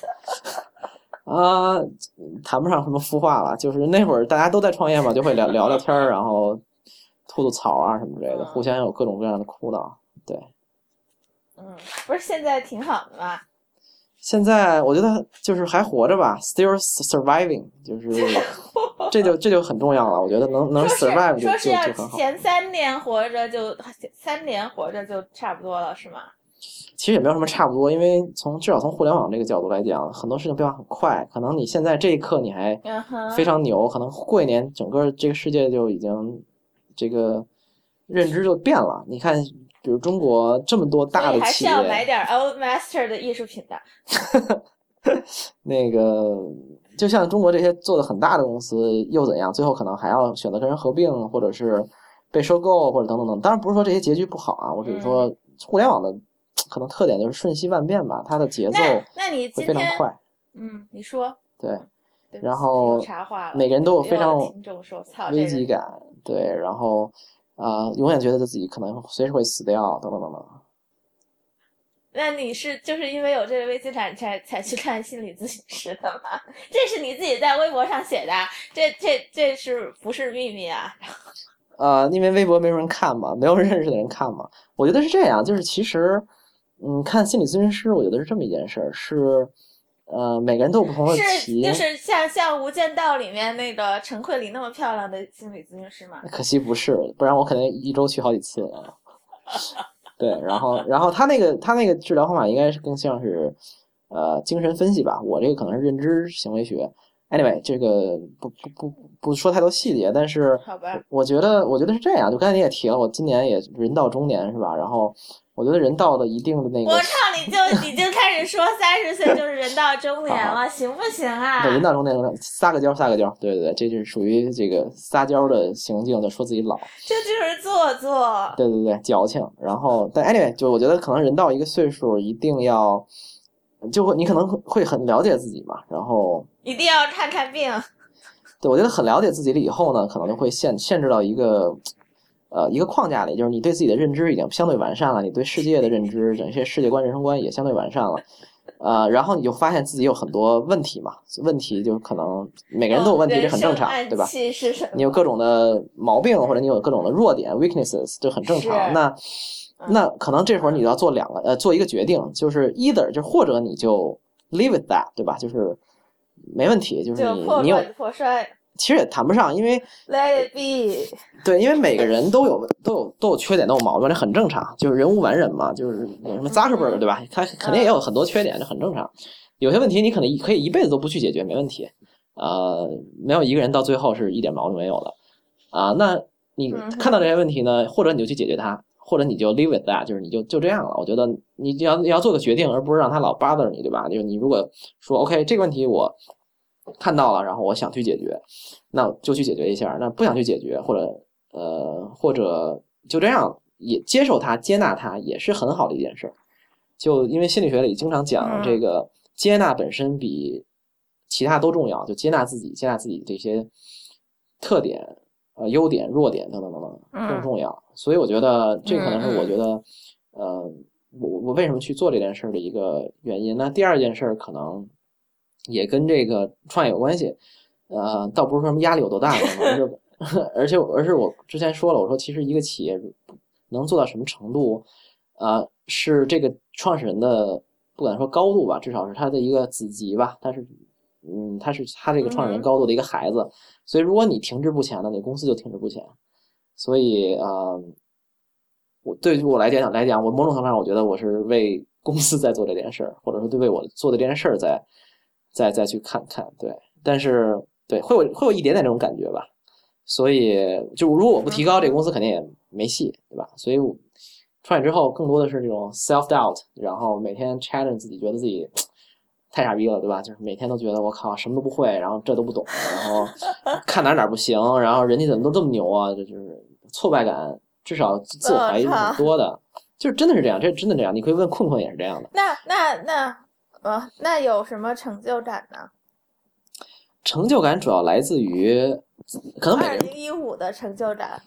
谈不上什么孵化了，就是那会儿大家都在创业嘛，就会聊天，然后吐槽啊什么之类的，互相有各种各样的苦恼。对。
不是现在挺好的吗？
现在我觉得就是还活着吧 ，still surviving， 就是这就很重要了。我觉得能 survive 就很好。
前3年活着就差不多了，是吗？
其实也没有什么差不多，因为至少从互联网这个角度来讲，很多事情变化很快。可能你现在这一刻你还非常牛，可能过一年整个这个世界就已经这个认知就变了。你看。比如中国这么多大的企业，
还是要买点 Old Master 的艺术品的。
那个就像中国这些做的很大的公司又怎样？最后可能还要选择跟人合并，或者是被收购，或者等等等。当然不是说这些结局不好啊，我只是说互联网的可能特点就是瞬息万变吧，它的节奏会非常快。
你说。
对，然后每个人都有非常危机感，对，然后。永远觉得自己可能随时会死掉，等等等等。
那你就是因为有这个危机感才去看心理咨询师的吗？这是你自己在微博上写的，这是不是秘密啊？
因为微博没有人看嘛，没有认识的人看嘛。我觉得是这样，就是其实，看心理咨询师，我觉得是这么一件事儿，是。每个人都有不同的题，
就是像《无间道》里面那个陈慧琳那么漂亮的心理咨询师吗？
可惜不是，不然我可能1周去好几次了。对，然后他那个治疗方法应该是更像是精神分析吧，我这个可能是认知行为学。Anyway， 这个不说太多细节，但是
好吧，
我觉得是这样。就刚才你也提了，我今年也人到中年是吧？然后我觉得人到了一定的那个，
我操，你就开始说30岁就是人到中年了，行不行啊？
对，人到中年撒个娇，对，这就是属于这个撒娇的行径，就说自己老，
这就是做作。
对，矫情。然后，但 anyway， 就我觉得可能人到一个岁数，一定要。你可能会很了解自己嘛，然后
一定要看看病。
对，我觉得很了解自己了以后呢，可能就会限制到一个框架里，就是你对自己的认知已经相对完善了，你对世界的认知，整些世界观、人生观也相对完善了。然后你就发现自己有很多问题嘛，问题就可能每个人都有问题，这很正常，对吧？你有各种的毛病，或者你有各种的弱点 weaknesses， 这很正常。那可能这会儿你要做一个决定，就是 either 就或者你就 live with that， 对吧？就是没问题，就是你有
破摔，
其实也谈不上，因为
let it be，
对，因为每个人都有缺点，都有毛病，这很正常，就是人无完人嘛，就是什么 Zuckerberg 对吧？他肯定也有很多缺点，这很正常。有些问题你可能可以一辈子都不去解决，没问题。没有一个人到最后是一点毛病没有的那你看到这些问题呢，或者你就去解决它。或者你就 live with that， 就是你就这样了。我觉得你要做个决定，而不是让他老 bother 你，对吧？就是你如果说 OK 这个问题我看到了，然后我想去解决，那就去解决一下。那不想去解决，或者就这样也接受它、接纳它，也是很好的一件事。就因为心理学里经常讲这个接纳本身比其他都重要，就接纳自己这些特点、优点、弱点等等等等更重要。所以我觉得这可能是我觉得我为什么去做这件事的一个原因。那第二件事可能也跟这个创业有关系，倒不是说什么压力有多大，而是我之前说了，我说其实一个企业能做到什么程度，是这个创始人的不敢说高度吧，至少是他的一个子集吧，他是他这个创始人高度的一个孩子，所以如果你停滞不前呢，你公司就停滞不前。所以对于我来讲，我某种程度上我觉得我是为公司在做这件事儿，或者说为我做的这件事儿再去看看，对，但是对会有一点点这种感觉吧。所以就如果我不提高，这个公司肯定也没戏，对吧？所以创业之后更多的是这种 self doubt， 然后每天 challenge 自己，觉得自己太傻逼了，对吧？就是每天都觉得我靠什么都不会，然后这都不懂，然后看哪不行，然后人家怎么都这么牛啊，就是挫败感，至少自我怀疑是很多的，就是真的是这样，这真的这样。你可以问困也是这样的。
那有什么成就感呢？
成就感主要来自于可能每个人
2015的成就感。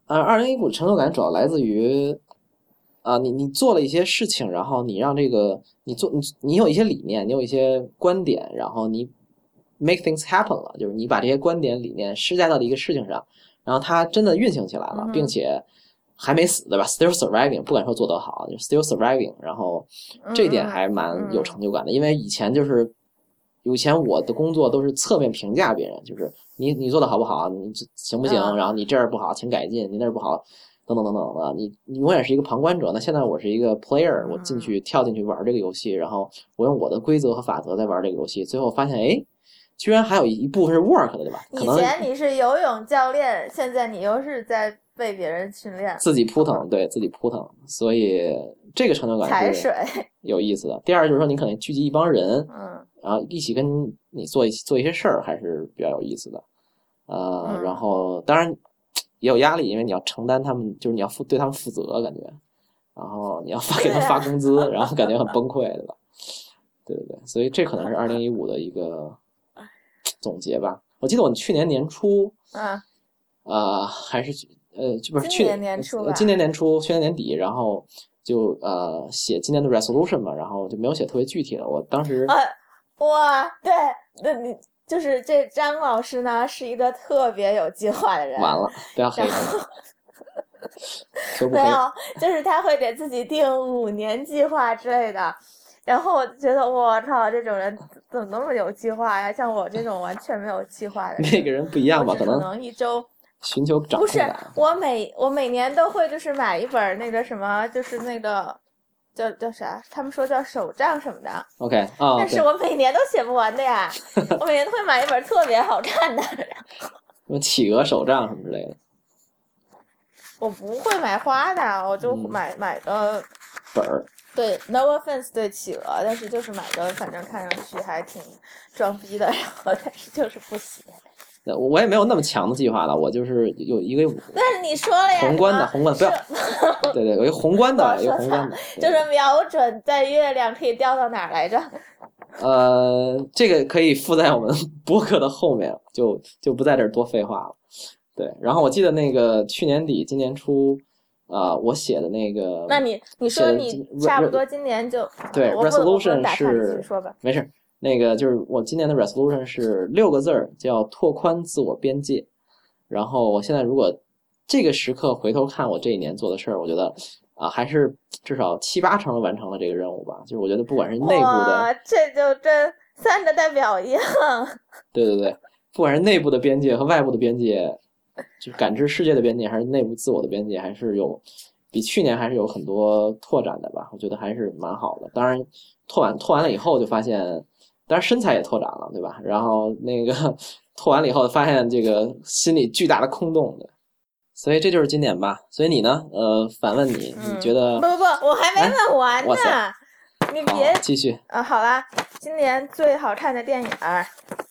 2015成就感主要来自于你做了一些事情，然后你让这个你有一些理念，你有一些观点，然后你 make things happen 了，就是你把这些观点理念施加到一个事情上，然后它真的运行起来了，并且还没死，对吧 ？Still surviving， 不敢说做得好，就 still surviving， 然后这一点还蛮有成就感的，因为以前我的工作都是侧面评价别人，就是你做的好不好，你行不行，然后你这儿不好请改进，你那儿不好等等等等的，你永远是一个旁观者。那现在我是一个 player， 我跳进去玩这个游戏，然后我用我的规则和法则在玩这个游戏，最后发现居然还有一部分是 work 的，对吧？
以前你是游泳教练，现在你又是在被别人训练，
自己扑腾，对自己扑腾，所以这个成就感
踩水
有意思的。第二就是说，你可能聚集一帮人，然后一起跟你做一些事儿，还是比较有意思的。然后当然也有压力，因为你要承担他们，就是你要对他们负责，感觉，然后你要给他们发工资，然后感觉很崩溃，对吧？对，所以这可能是2015的一个总结吧。我记得我去年年初，还是不是去年年初吧，今年年初，去年年底，然后就写今年的 resolution 嘛，然后就没有写特别具体的。我当时
哇，对，那你就是这张老师呢，是一个特别有计划的人。
完了，不要黑他。
没有，就是他会给自己定5年计划之类的。然后我就觉得我操，这种人怎么那么有计划呀？像我这种完全没有计划的人，
那个人不一样吧？
可能一周
寻求掌控感。
不是，我每年都会就是买一本那个什么，就是那个叫啥？他们说叫手账什么的。
OK
但是我每年都写不完的呀。我每年都会买一本特别好看的。什
么企鹅手账什么之类的。
我不会买花的，我就买个
本儿。
对 ，no offense 对企鹅，但是就是买个反正看上去还挺装逼的，然后但是就是不写。
我也没有那么强的计划了，我就是有一个。
但是你说了呀，
宏观的不要。对，有一个宏观的，
就是瞄准在月亮可以掉到哪儿来着？
这个可以附在我们播客的后面，就不在这儿多废话了。对，然后我记得那个去年底今年初。我写的那个，
那你说你差不多今年就
对 resolution 是
说吧，
没事，那个就是我今年的 resolution 是6个字，叫拓宽自我边界。然后我现在如果这个时刻回头看我这一年做的事儿，我觉得还是至少7-8成的完成了这个任务吧。就是我觉得不管是内部的，
这就跟3个代表一样。
对，不管是内部的边界和外部的边界。就感知世界的边界还是内部自我的边界，还是比去年还是有很多拓展的吧，我觉得还是蛮好的。当然拓完了以后就发现，当然身材也拓展了，对吧？然后那个拓完了以后发现这个心里巨大的空洞的，所以这就是今年吧。所以你呢？反问你，你觉得？
不，我还没问完呢。你别
继续
好啦，今年最好看的电影。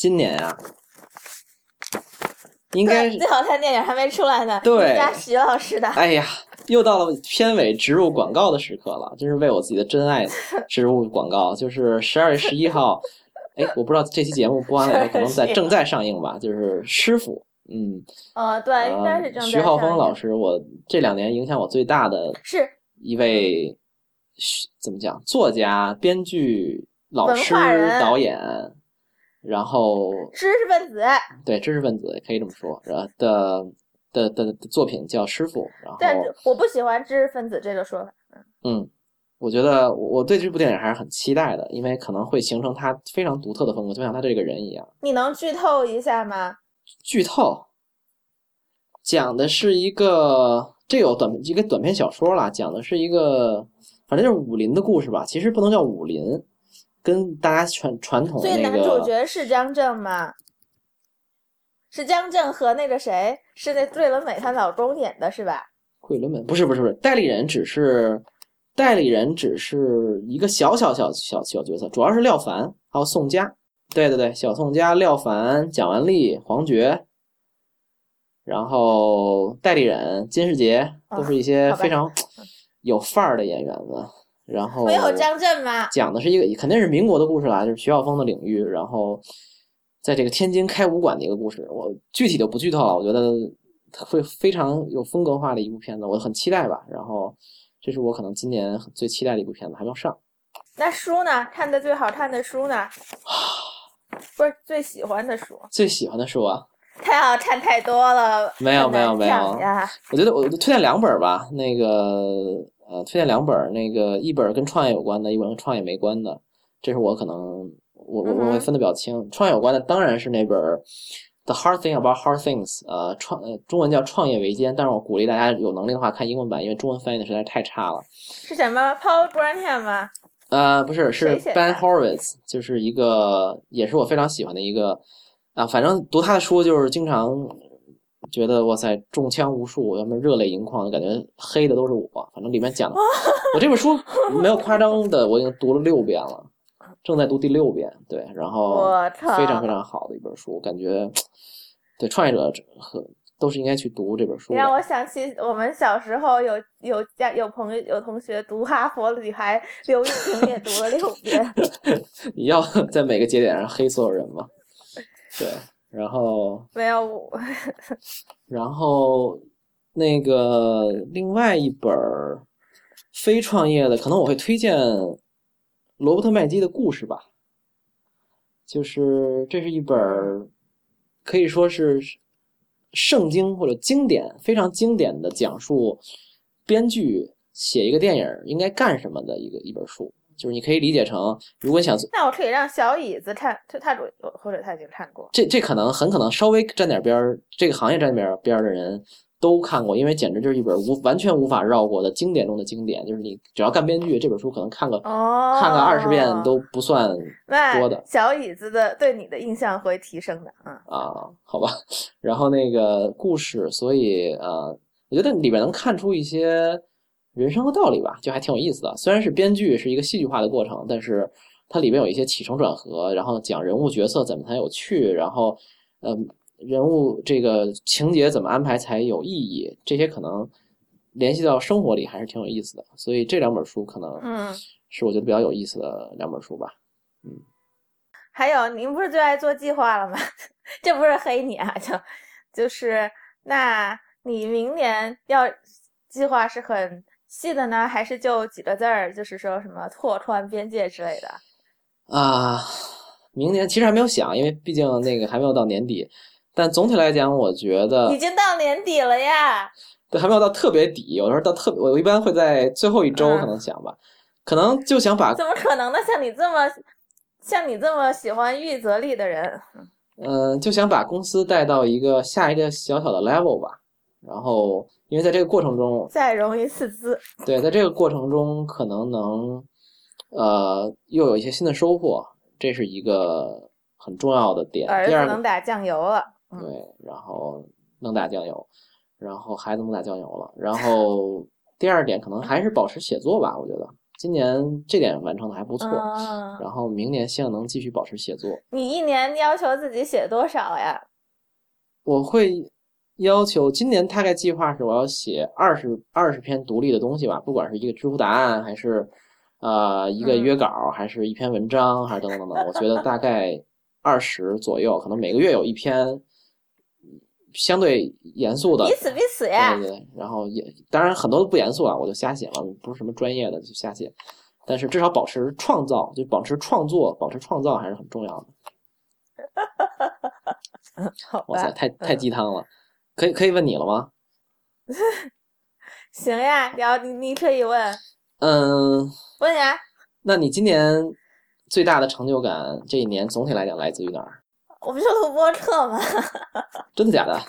今年啊，应该是
最好看电影还没出来呢。
对，
人家徐老师的。
哎呀，又到了片尾植入广告的时刻了，真是为我自己的真爱植入广告。就是12月11号，哎，我不知道这期节目播完了以后可能正在上映吧。就是师傅，
对，应该是正在上映。
徐浩峰老师，我这2年影响我最大的
是
一位怎么讲，作家、编剧、老师、导演，然后
知识分子，
对，知识分子可以这么说，的作品叫《师傅》，然后
但我不喜欢知识分子这个说法。
我觉得我对这部电影还是很期待的，因为可能会形成他非常独特的风格，就像他这个人一样。
你能剧透一下吗？
剧透，讲的是一个一个短篇小说啦，讲的是一个反正就是武林的故事吧，其实不能叫武林，跟大家传统的那个。
所以男主角是张震吗？是张震和那个谁，是那桂纶镁她老公演的是吧？
桂纶镁不是，代理人只是一个小角色，主要是廖凡还有宋佳。对，小宋佳、廖凡、蒋雯丽、黄觉，然后代理人金世杰，都是一些非常有范儿的演员们。然后
没有张震吗？
讲的是一个肯定是民国的故事啦，就是徐浩峰的领域，然后在这个天津开武馆的一个故事。我具体就不剧透了，我觉得会非常有风格化的一部片子，我很期待吧。然后这是我可能今年最期待的一部片子，还没有上。
那书呢？看的最好看的书呢？不是最喜欢的书。
最喜欢的书啊？
太好看太多了。
没有。我觉得我推荐2本吧。那个推荐2本，那个一本跟创业有关的，一本跟创业没关的。这是我可能我会分得比较清。创业有关的当然是那本The Hard Thing About Hard Things， 中文叫创业维艰，但是我鼓励大家有能力的话看英文版，因为中文翻译的实在是太差了。
是什么 Paul Graham 吗？
不是，是 Ben Horowitz， 就是一个也是我非常喜欢的一个反正读他的书就是经常觉得哇塞中枪无数，要么热泪盈眶，感觉黑的都是我。反正里面讲的，我这本书没有夸张的，我已经读了6遍了，正在读第6遍。对，然后非常非常好的一本书，感觉对创业者都是应该去读这本书的。
让我想起我们小时候有同学读哈佛女孩，刘玉萍也读了6遍。
你要在每个节点上黑所有人吗？对，然后
没有
然后那个另外一本非创业的，可能我会推荐罗伯特麦基的故事吧。就是这是一本可以说是圣经或者经典，非常经典的讲述编剧写一个电影应该干什么的一本书。就是你可以理解成，如果你想，
那我可以让小椅子看，他或者他已经看过。
这很可能稍微沾点边，这个行业沾点边的人都看过，因为简直就是一本完全无法绕过的经典中的经典。就是你只要干编剧，这本书可能看个20遍都不算多的。
小椅子的对你的印象会提升的
好吧。然后那个故事，所以我觉得里边能看出一些人生的道理吧，就还挺有意思的。虽然是编剧是一个戏剧化的过程，但是它里边有一些起承转合，然后讲人物角色怎么才有趣，然后人物这个情节怎么安排才有意义，这些可能联系到生活里还是挺有意思的。所以这2本书可能是我觉得比较有意思的2本书吧。
还有您不是最爱做计划了吗？这不是黑你啊，就是那你明年要计划是很细的呢，还是就几个字儿，就是说什么拓宽边界之类的
明年其实还没有想，因为毕竟那个还没有到年底。但总体来讲，我觉得
已经到年底了呀。
对，还没有到特别底，有的时候到我一般会在最后一周可能想吧，可能就想把
怎么可能呢？像你这么喜欢预则立的人，
就想把公司带到下一个小小的 level 吧。然后因为在这个过程中
再容易四字，
对，在这个过程中可能能又有一些新的收获，这是一个很重要的点。
儿子能打酱油了，
对，然后能打酱油，然后孩子能打酱油了，然后第2点可能还是保持写作吧。我觉得今年这点完成的还不错，
嗯，
然后明年希望能继续保持写作。
你一年要求自己写多少呀？
我会要求今年大概计划是我要写二十篇独立的东西吧，不管是一个知乎答案，还是一个约稿，还是一篇文章，还是等等等等，我觉得大概20左右，可能每个月有一篇相对严肃的，
彼此呀。
对，然后也当然很多都不严肃啊，我就瞎写嘛，不是什么专业的就瞎写，但是至少保持创造，就保持创作，保持创造还是很重要的。
好吧，
哇塞，太鸡汤了，可以问你了吗？
行呀，你可以问。问呀。
那你今年最大的成就感，这一年总体来讲来自于哪儿？
我不是录播课吗？
真的假的？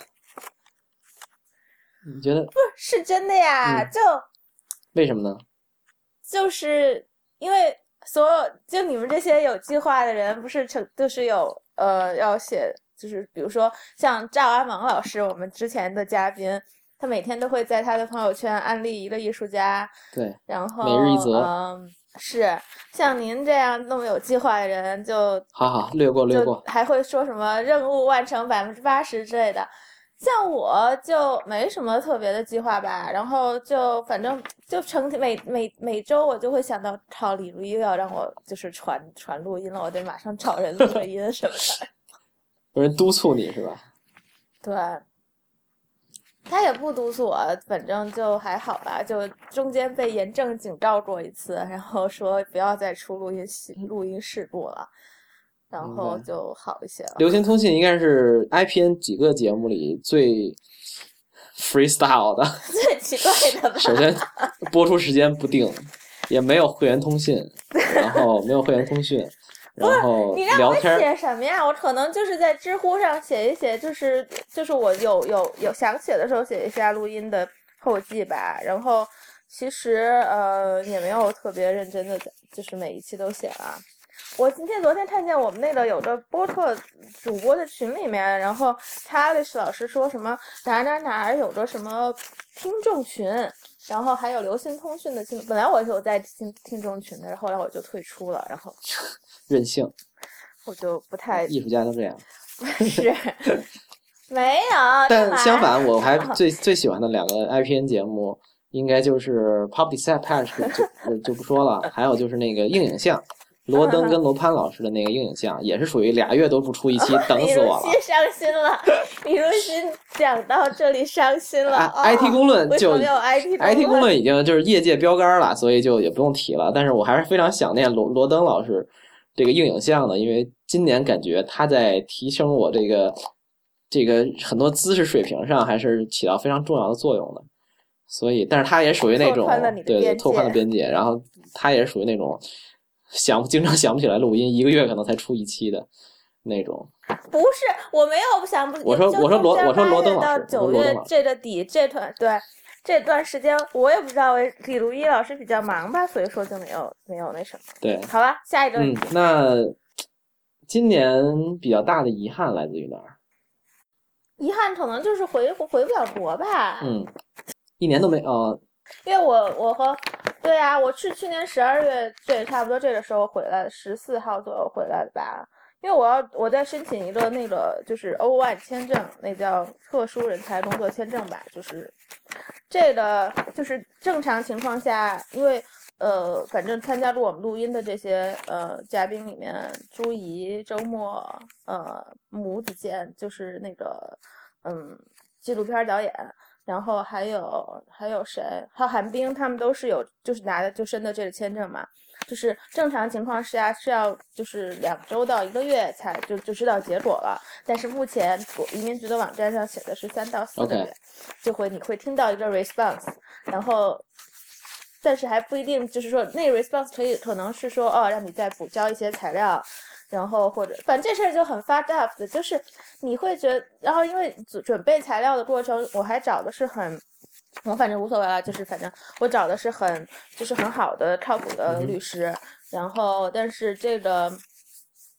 你觉得？
不是真的呀，
为什么呢？
就是因为就你们这些有计划的人，不是就是有要写，就是比如说像赵阿蒙老师，我们之前的嘉宾，他每天都会在他的朋友圈安利一个艺术家，
对，
然后
每日一则，
是像您这样那么有计划的人就
好略过，
还会说什么任务完成80%之类的。像我就没什么特别的计划吧，然后就反正就每周我就会想到，靠，李如一又要让我就是传录音了，我得马上找人录个音什么的。
有人督促你是吧？
对，他也不督促我，反正就还好吧，就中间被严正警告过一次，然后说不要再出录音事故了。然后就好一些了。
流行通信应该是 IPN 几个节目里最 freestyle 的，
最奇怪的吧。
首先播出时间不定，也没有会员通信，然后没有会员通讯，然后
你让我
聊天
写什么呀？我可能就是在知乎上写一写，就是我有想写的时候写一下录音的后记吧。然后其实也没有特别认真的，就是每一期都写了。我昨天看见我们那个有个播客主播的群里面，然后他的老师说什么哪有个什么听众群，然后还有流行通讯的群，本来我是有在听众群的，后来我就退出了，然后
任性，
我就不太
艺术家都这样，
是没有，
但相反，我还最喜欢的两个 IPN 节目，应该就是 Pop Dispatch 就不说了，还有就是那个硬影像。罗登跟罗潘老师的那个硬影像也是属于2月都不出一期，等死我了。
李如新伤心了，李如新讲到这里伤心了。
IT 公论就
为什么没有 IT
公论已经就是业界标杆了，所以就也不用提了。但是我还是非常想念罗登老师这个硬影像的，因为今年感觉他在提升我这个很多知识水平上还是起到非常重要的作用的。所以，但是他也属于那种对拓宽了边界，然后他也是属于那种。经常想不起来录音，1个月可能才出一期的那种。
不是，我没有想不。
我说罗登老师，
到9月这个底这段时间，我也不知道李如一老师比较忙吧，所以说就没有那什么。
对，
好了，下一个问题。
那今年比较大的遗憾来自于哪儿？
遗憾可能就是回不了国吧。
一年都没
因为我和对啊，我是去年12月这差不多这个时候回来的，14号左右回来的吧。因为我在申请一个那个就是 O1 签证，那叫特殊人才工作签证吧，就是这个就是正常情况下，因为反正参加过我们录音的这些嘉宾里面，朱怡、周末、母子健，就是那个纪录片导演。然后还有谁？还有韩冰，他们都是就是拿的就申的这个签证嘛。就是正常情况下是要就是2周到1个月才就知道结果了。但是目前移民局的网站上写的是3到4个月，你会听到一个 response， 然后但是还不一定，就是说那个 response 可能是说让你再补交一些材料。然后或者反正这事儿就很 fucked up 的，就是你会觉得，然后因为准备材料的过程，我还找的是我反正无所谓了，就是反正我找的是很好的靠谱的律师，然后但是这个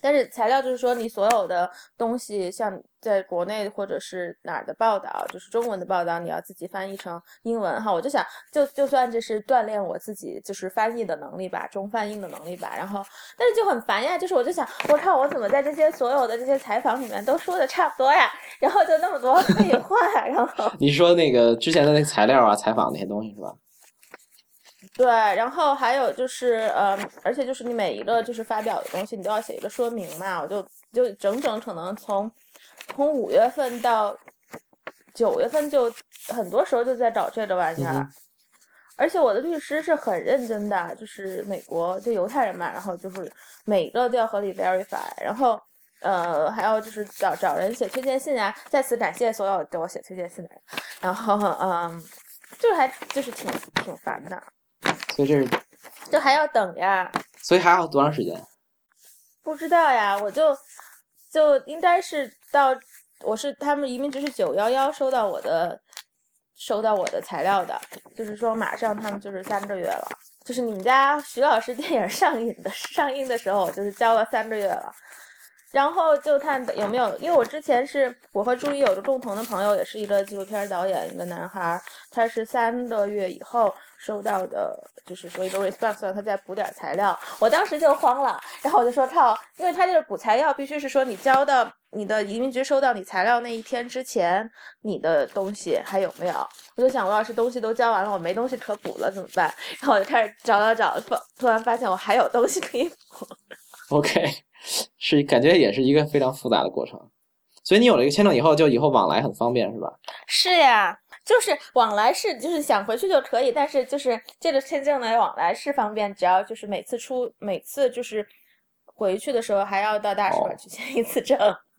但是材料就是说，你所有的东西，像在国内或者是哪儿的报道，就是中文的报道，你要自己翻译成英文哈。我就想，就算这是锻炼我自己就是翻译的能力吧，中翻英的能力吧。然后，但是就很烦呀，就是我就想，我靠，我怎么在这些所有的这些采访里面都说的差不多呀？然后就那么多废话，然后
你说那个之前的那个材料啊、采访那些东西是吧？
对，然后还有就是，而且就是你每一个就是发表的东西，你都要写一个说明嘛。我就整整可能从5月份到9月份，就很多时候就在找这个玩意儿。而且我的律师是很认真的，就是美国就犹太人嘛，然后就是每个都要合理 verify，然后还要就是找人写推荐信啊。再次感谢所有给我写推荐信的人。然后就是挺烦的。
所以这是，
就还要等呀，
所以还要多长时间？
不知道呀，我就应该是到，他们移民局是911收到我的材料的，就是说马上他们就是3个月了，就是你们家徐老师电影上映的时候，我就是交了3个月了。然后就看有没有，因为我和朱一有个共同的朋友，也是一个纪录片导演，一个男孩，他是3个月以后收到的，就是说一个 response， 他再补点材料。我当时就慌了，然后我就说靠，因为他这个补材料必须是说你交到你的移民局收到你材料那一天之前，你的东西还有没有？我就想，我要是东西都交完了，我没东西可补了怎么办？然后我就开始找，突然发现我还有东西可以补。
OK， 是感觉也是一个非常复杂的过程。所以你有了一个签证以后，就以后往来很方便是吧？
是呀，就是往来是就是想回去就可以，但是就是这个签证的往来是方便，只要就是每次就是回去的时候还要到大使馆去签一次证。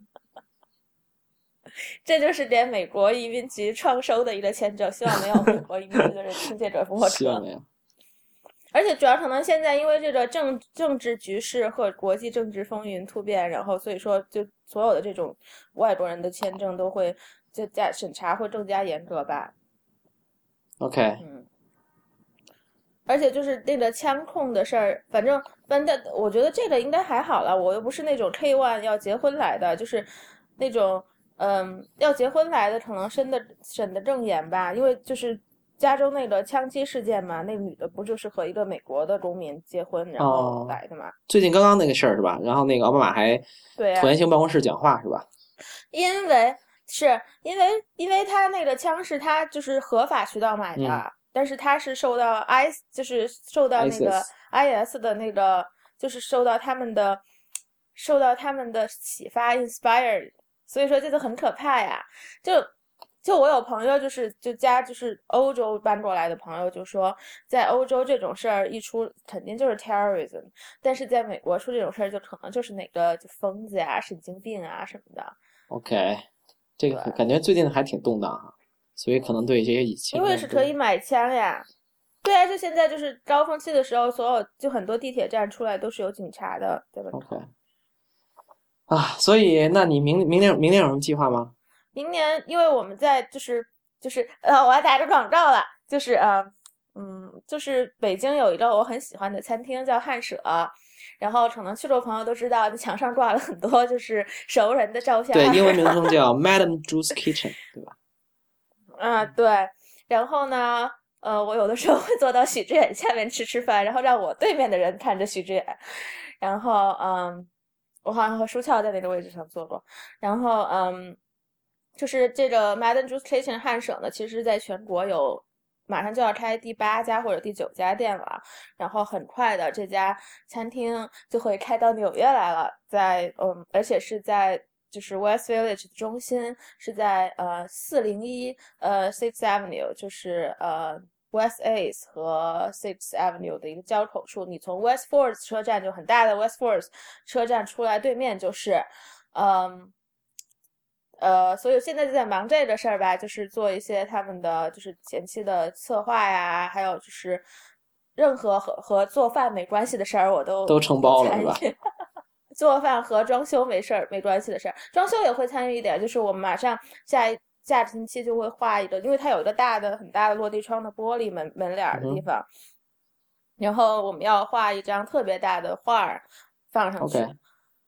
这就是给美国移民局创收的一个签证，希望没有美国移民局的人听这个播
希望没有。
而且主要可能现在因为这个政治局势和国际政治风云突变，然后所以说就所有的这种外国人的签证都会就审查会更加严格吧。
OK，
而且就是那个枪控的事儿，反正我觉得这个应该还好了，我又不是那种 K1 要结婚来的，就是那种要结婚来的可能审的更严吧，因为就是加州那个枪击事件嘛，那个女的不就是和一个美国的公民结婚然后来的嘛？
最近刚刚那个事儿是吧？然后那个奥巴马还
对
椭圆形办公室讲话是吧？
因为他那个枪是他就是合法渠道买的，但是他是受到就是受到那个 IS 的那个，就是受到他们的启发 inspired， 所以说这就很可怕呀。就我有朋友就是欧洲搬过来的朋友就说，在欧洲这种事儿一出肯定就是 terrorism， 但是在美国出这种事儿就可能就是哪个就疯子呀、神经病啊什么的。
OK， 这个感觉最近还挺动荡哈，所以可能对这些
因为是可以买枪呀。对啊，就现在就是高峰期的时候，就很多地铁站出来都是有警察的，对吧
？OK。啊，所以那你明年有什么计划吗？
明年因为我们在我要打个广告了，就是北京有一个我很喜欢的餐厅叫汉舍，然后可能去过朋友都知道，墙上挂了很多就是熟人的照片。
对，英文名称叫 Madam Zhu's Kitchen， 对吧？
对。然后呢，我有的时候会坐到许知远下面吃饭，然后让我对面的人看着许知远。然后我好像和舒翘在那个位置上坐过。然后就是这个 Madam Zhu's Kitchen 汉舍呢，其实在全国马上就要开第8家或者第9家店了，然后很快的这家餐厅就会开到纽约来了，而且是在就是 West Village 的中心，是在401 Sixth Avenue， 就是West 8th 和 Sixth Avenue 的一个交口处。你从 West Fords 车站，就很大的 West Fords 车站出来，对面就是所以现在就在忙这个事儿吧，就是做一些他们的就是前期的策划呀，还有就是任何和做饭没关系的事儿，我都
承包了是吧？
做饭和装修没关系的事儿，装修也会参与一点。就是我们马上下星期就会画一个，因为它有一个很大的落地窗的玻璃门脸的地方，然后我们要画一张特别大的画放上去。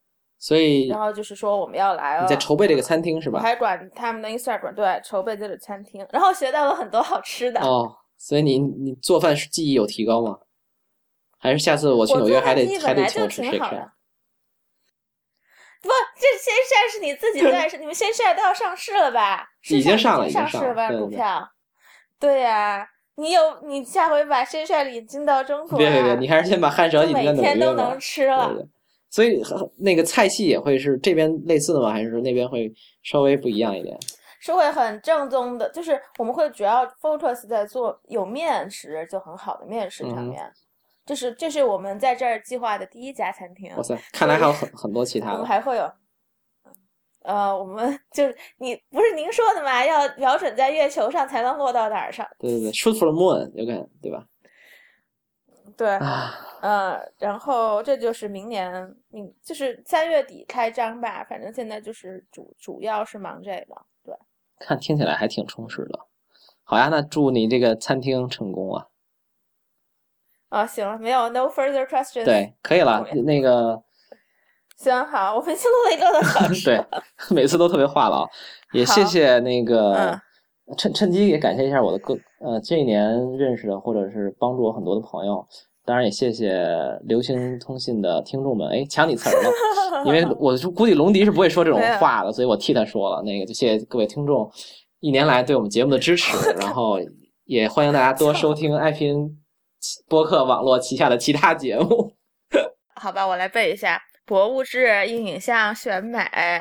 所以
然后就是说我们要来了，
你在筹备这个餐厅是吧？
我还管他们的 Instagram， 对，筹备这个餐厅，然后学到了很多好吃的。
哦，所以你做饭技艺有提高吗？还是下次我去纽约还得请我吃 shake shack？
不，这鲜晒是你自己在是你们鲜晒都要上市了吧？
已经上了，
已经上市了吧？股票。对呀，你下回把鲜晒引进到中国。
别，你还是先把汉蛇引进到纽约吧。
每天都能吃了。
对。所以那个菜系也会是这边类似的吗？还是那边会稍微不一样一点？
是会很正宗的，就是我们会主要 focus 在做有面食就很好的面食上面。这是我们在这儿计划的第一家餐厅。
哇塞，看来还有很多其他的。
我们还会有，我们就是不是您说的嘛，要瞄准在月球上才能落到哪儿上。
对，shoot for the moon， 有可能对吧？
对，然后这就是明年，就是3月底开张吧，反正现在就是主要是忙这个。对，
看听起来还挺充实的。好呀，那祝你这个餐厅成功啊！
行了，没有 no further questions。
对，可以了。那个，
行，好，我们已经录了1个多小时。
对，每次都特别话痨，也谢谢那个，趁机也感谢一下我的这一年认识的或者是帮助我很多的朋友，当然也谢谢流行通信的听众们。哎，抢你词儿了，因为我估计龙迪是不会说这种话的，所以我替他说了。那个就谢谢各位听众1年来对我们节目的支持，然后也欢迎大家多收听爱拼播客网络旗下的其他节目。
好吧，我来背一下：博物志、硬影像、选美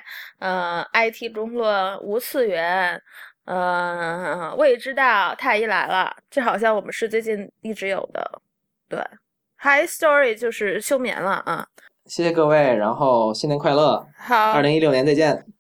，IT 中论、无次元，未知道，太医来了，这好像我们是最近一直有的。对 ，High Story 就是休眠了啊。
谢谢各位，然后新年快乐！
好，
2016年再见。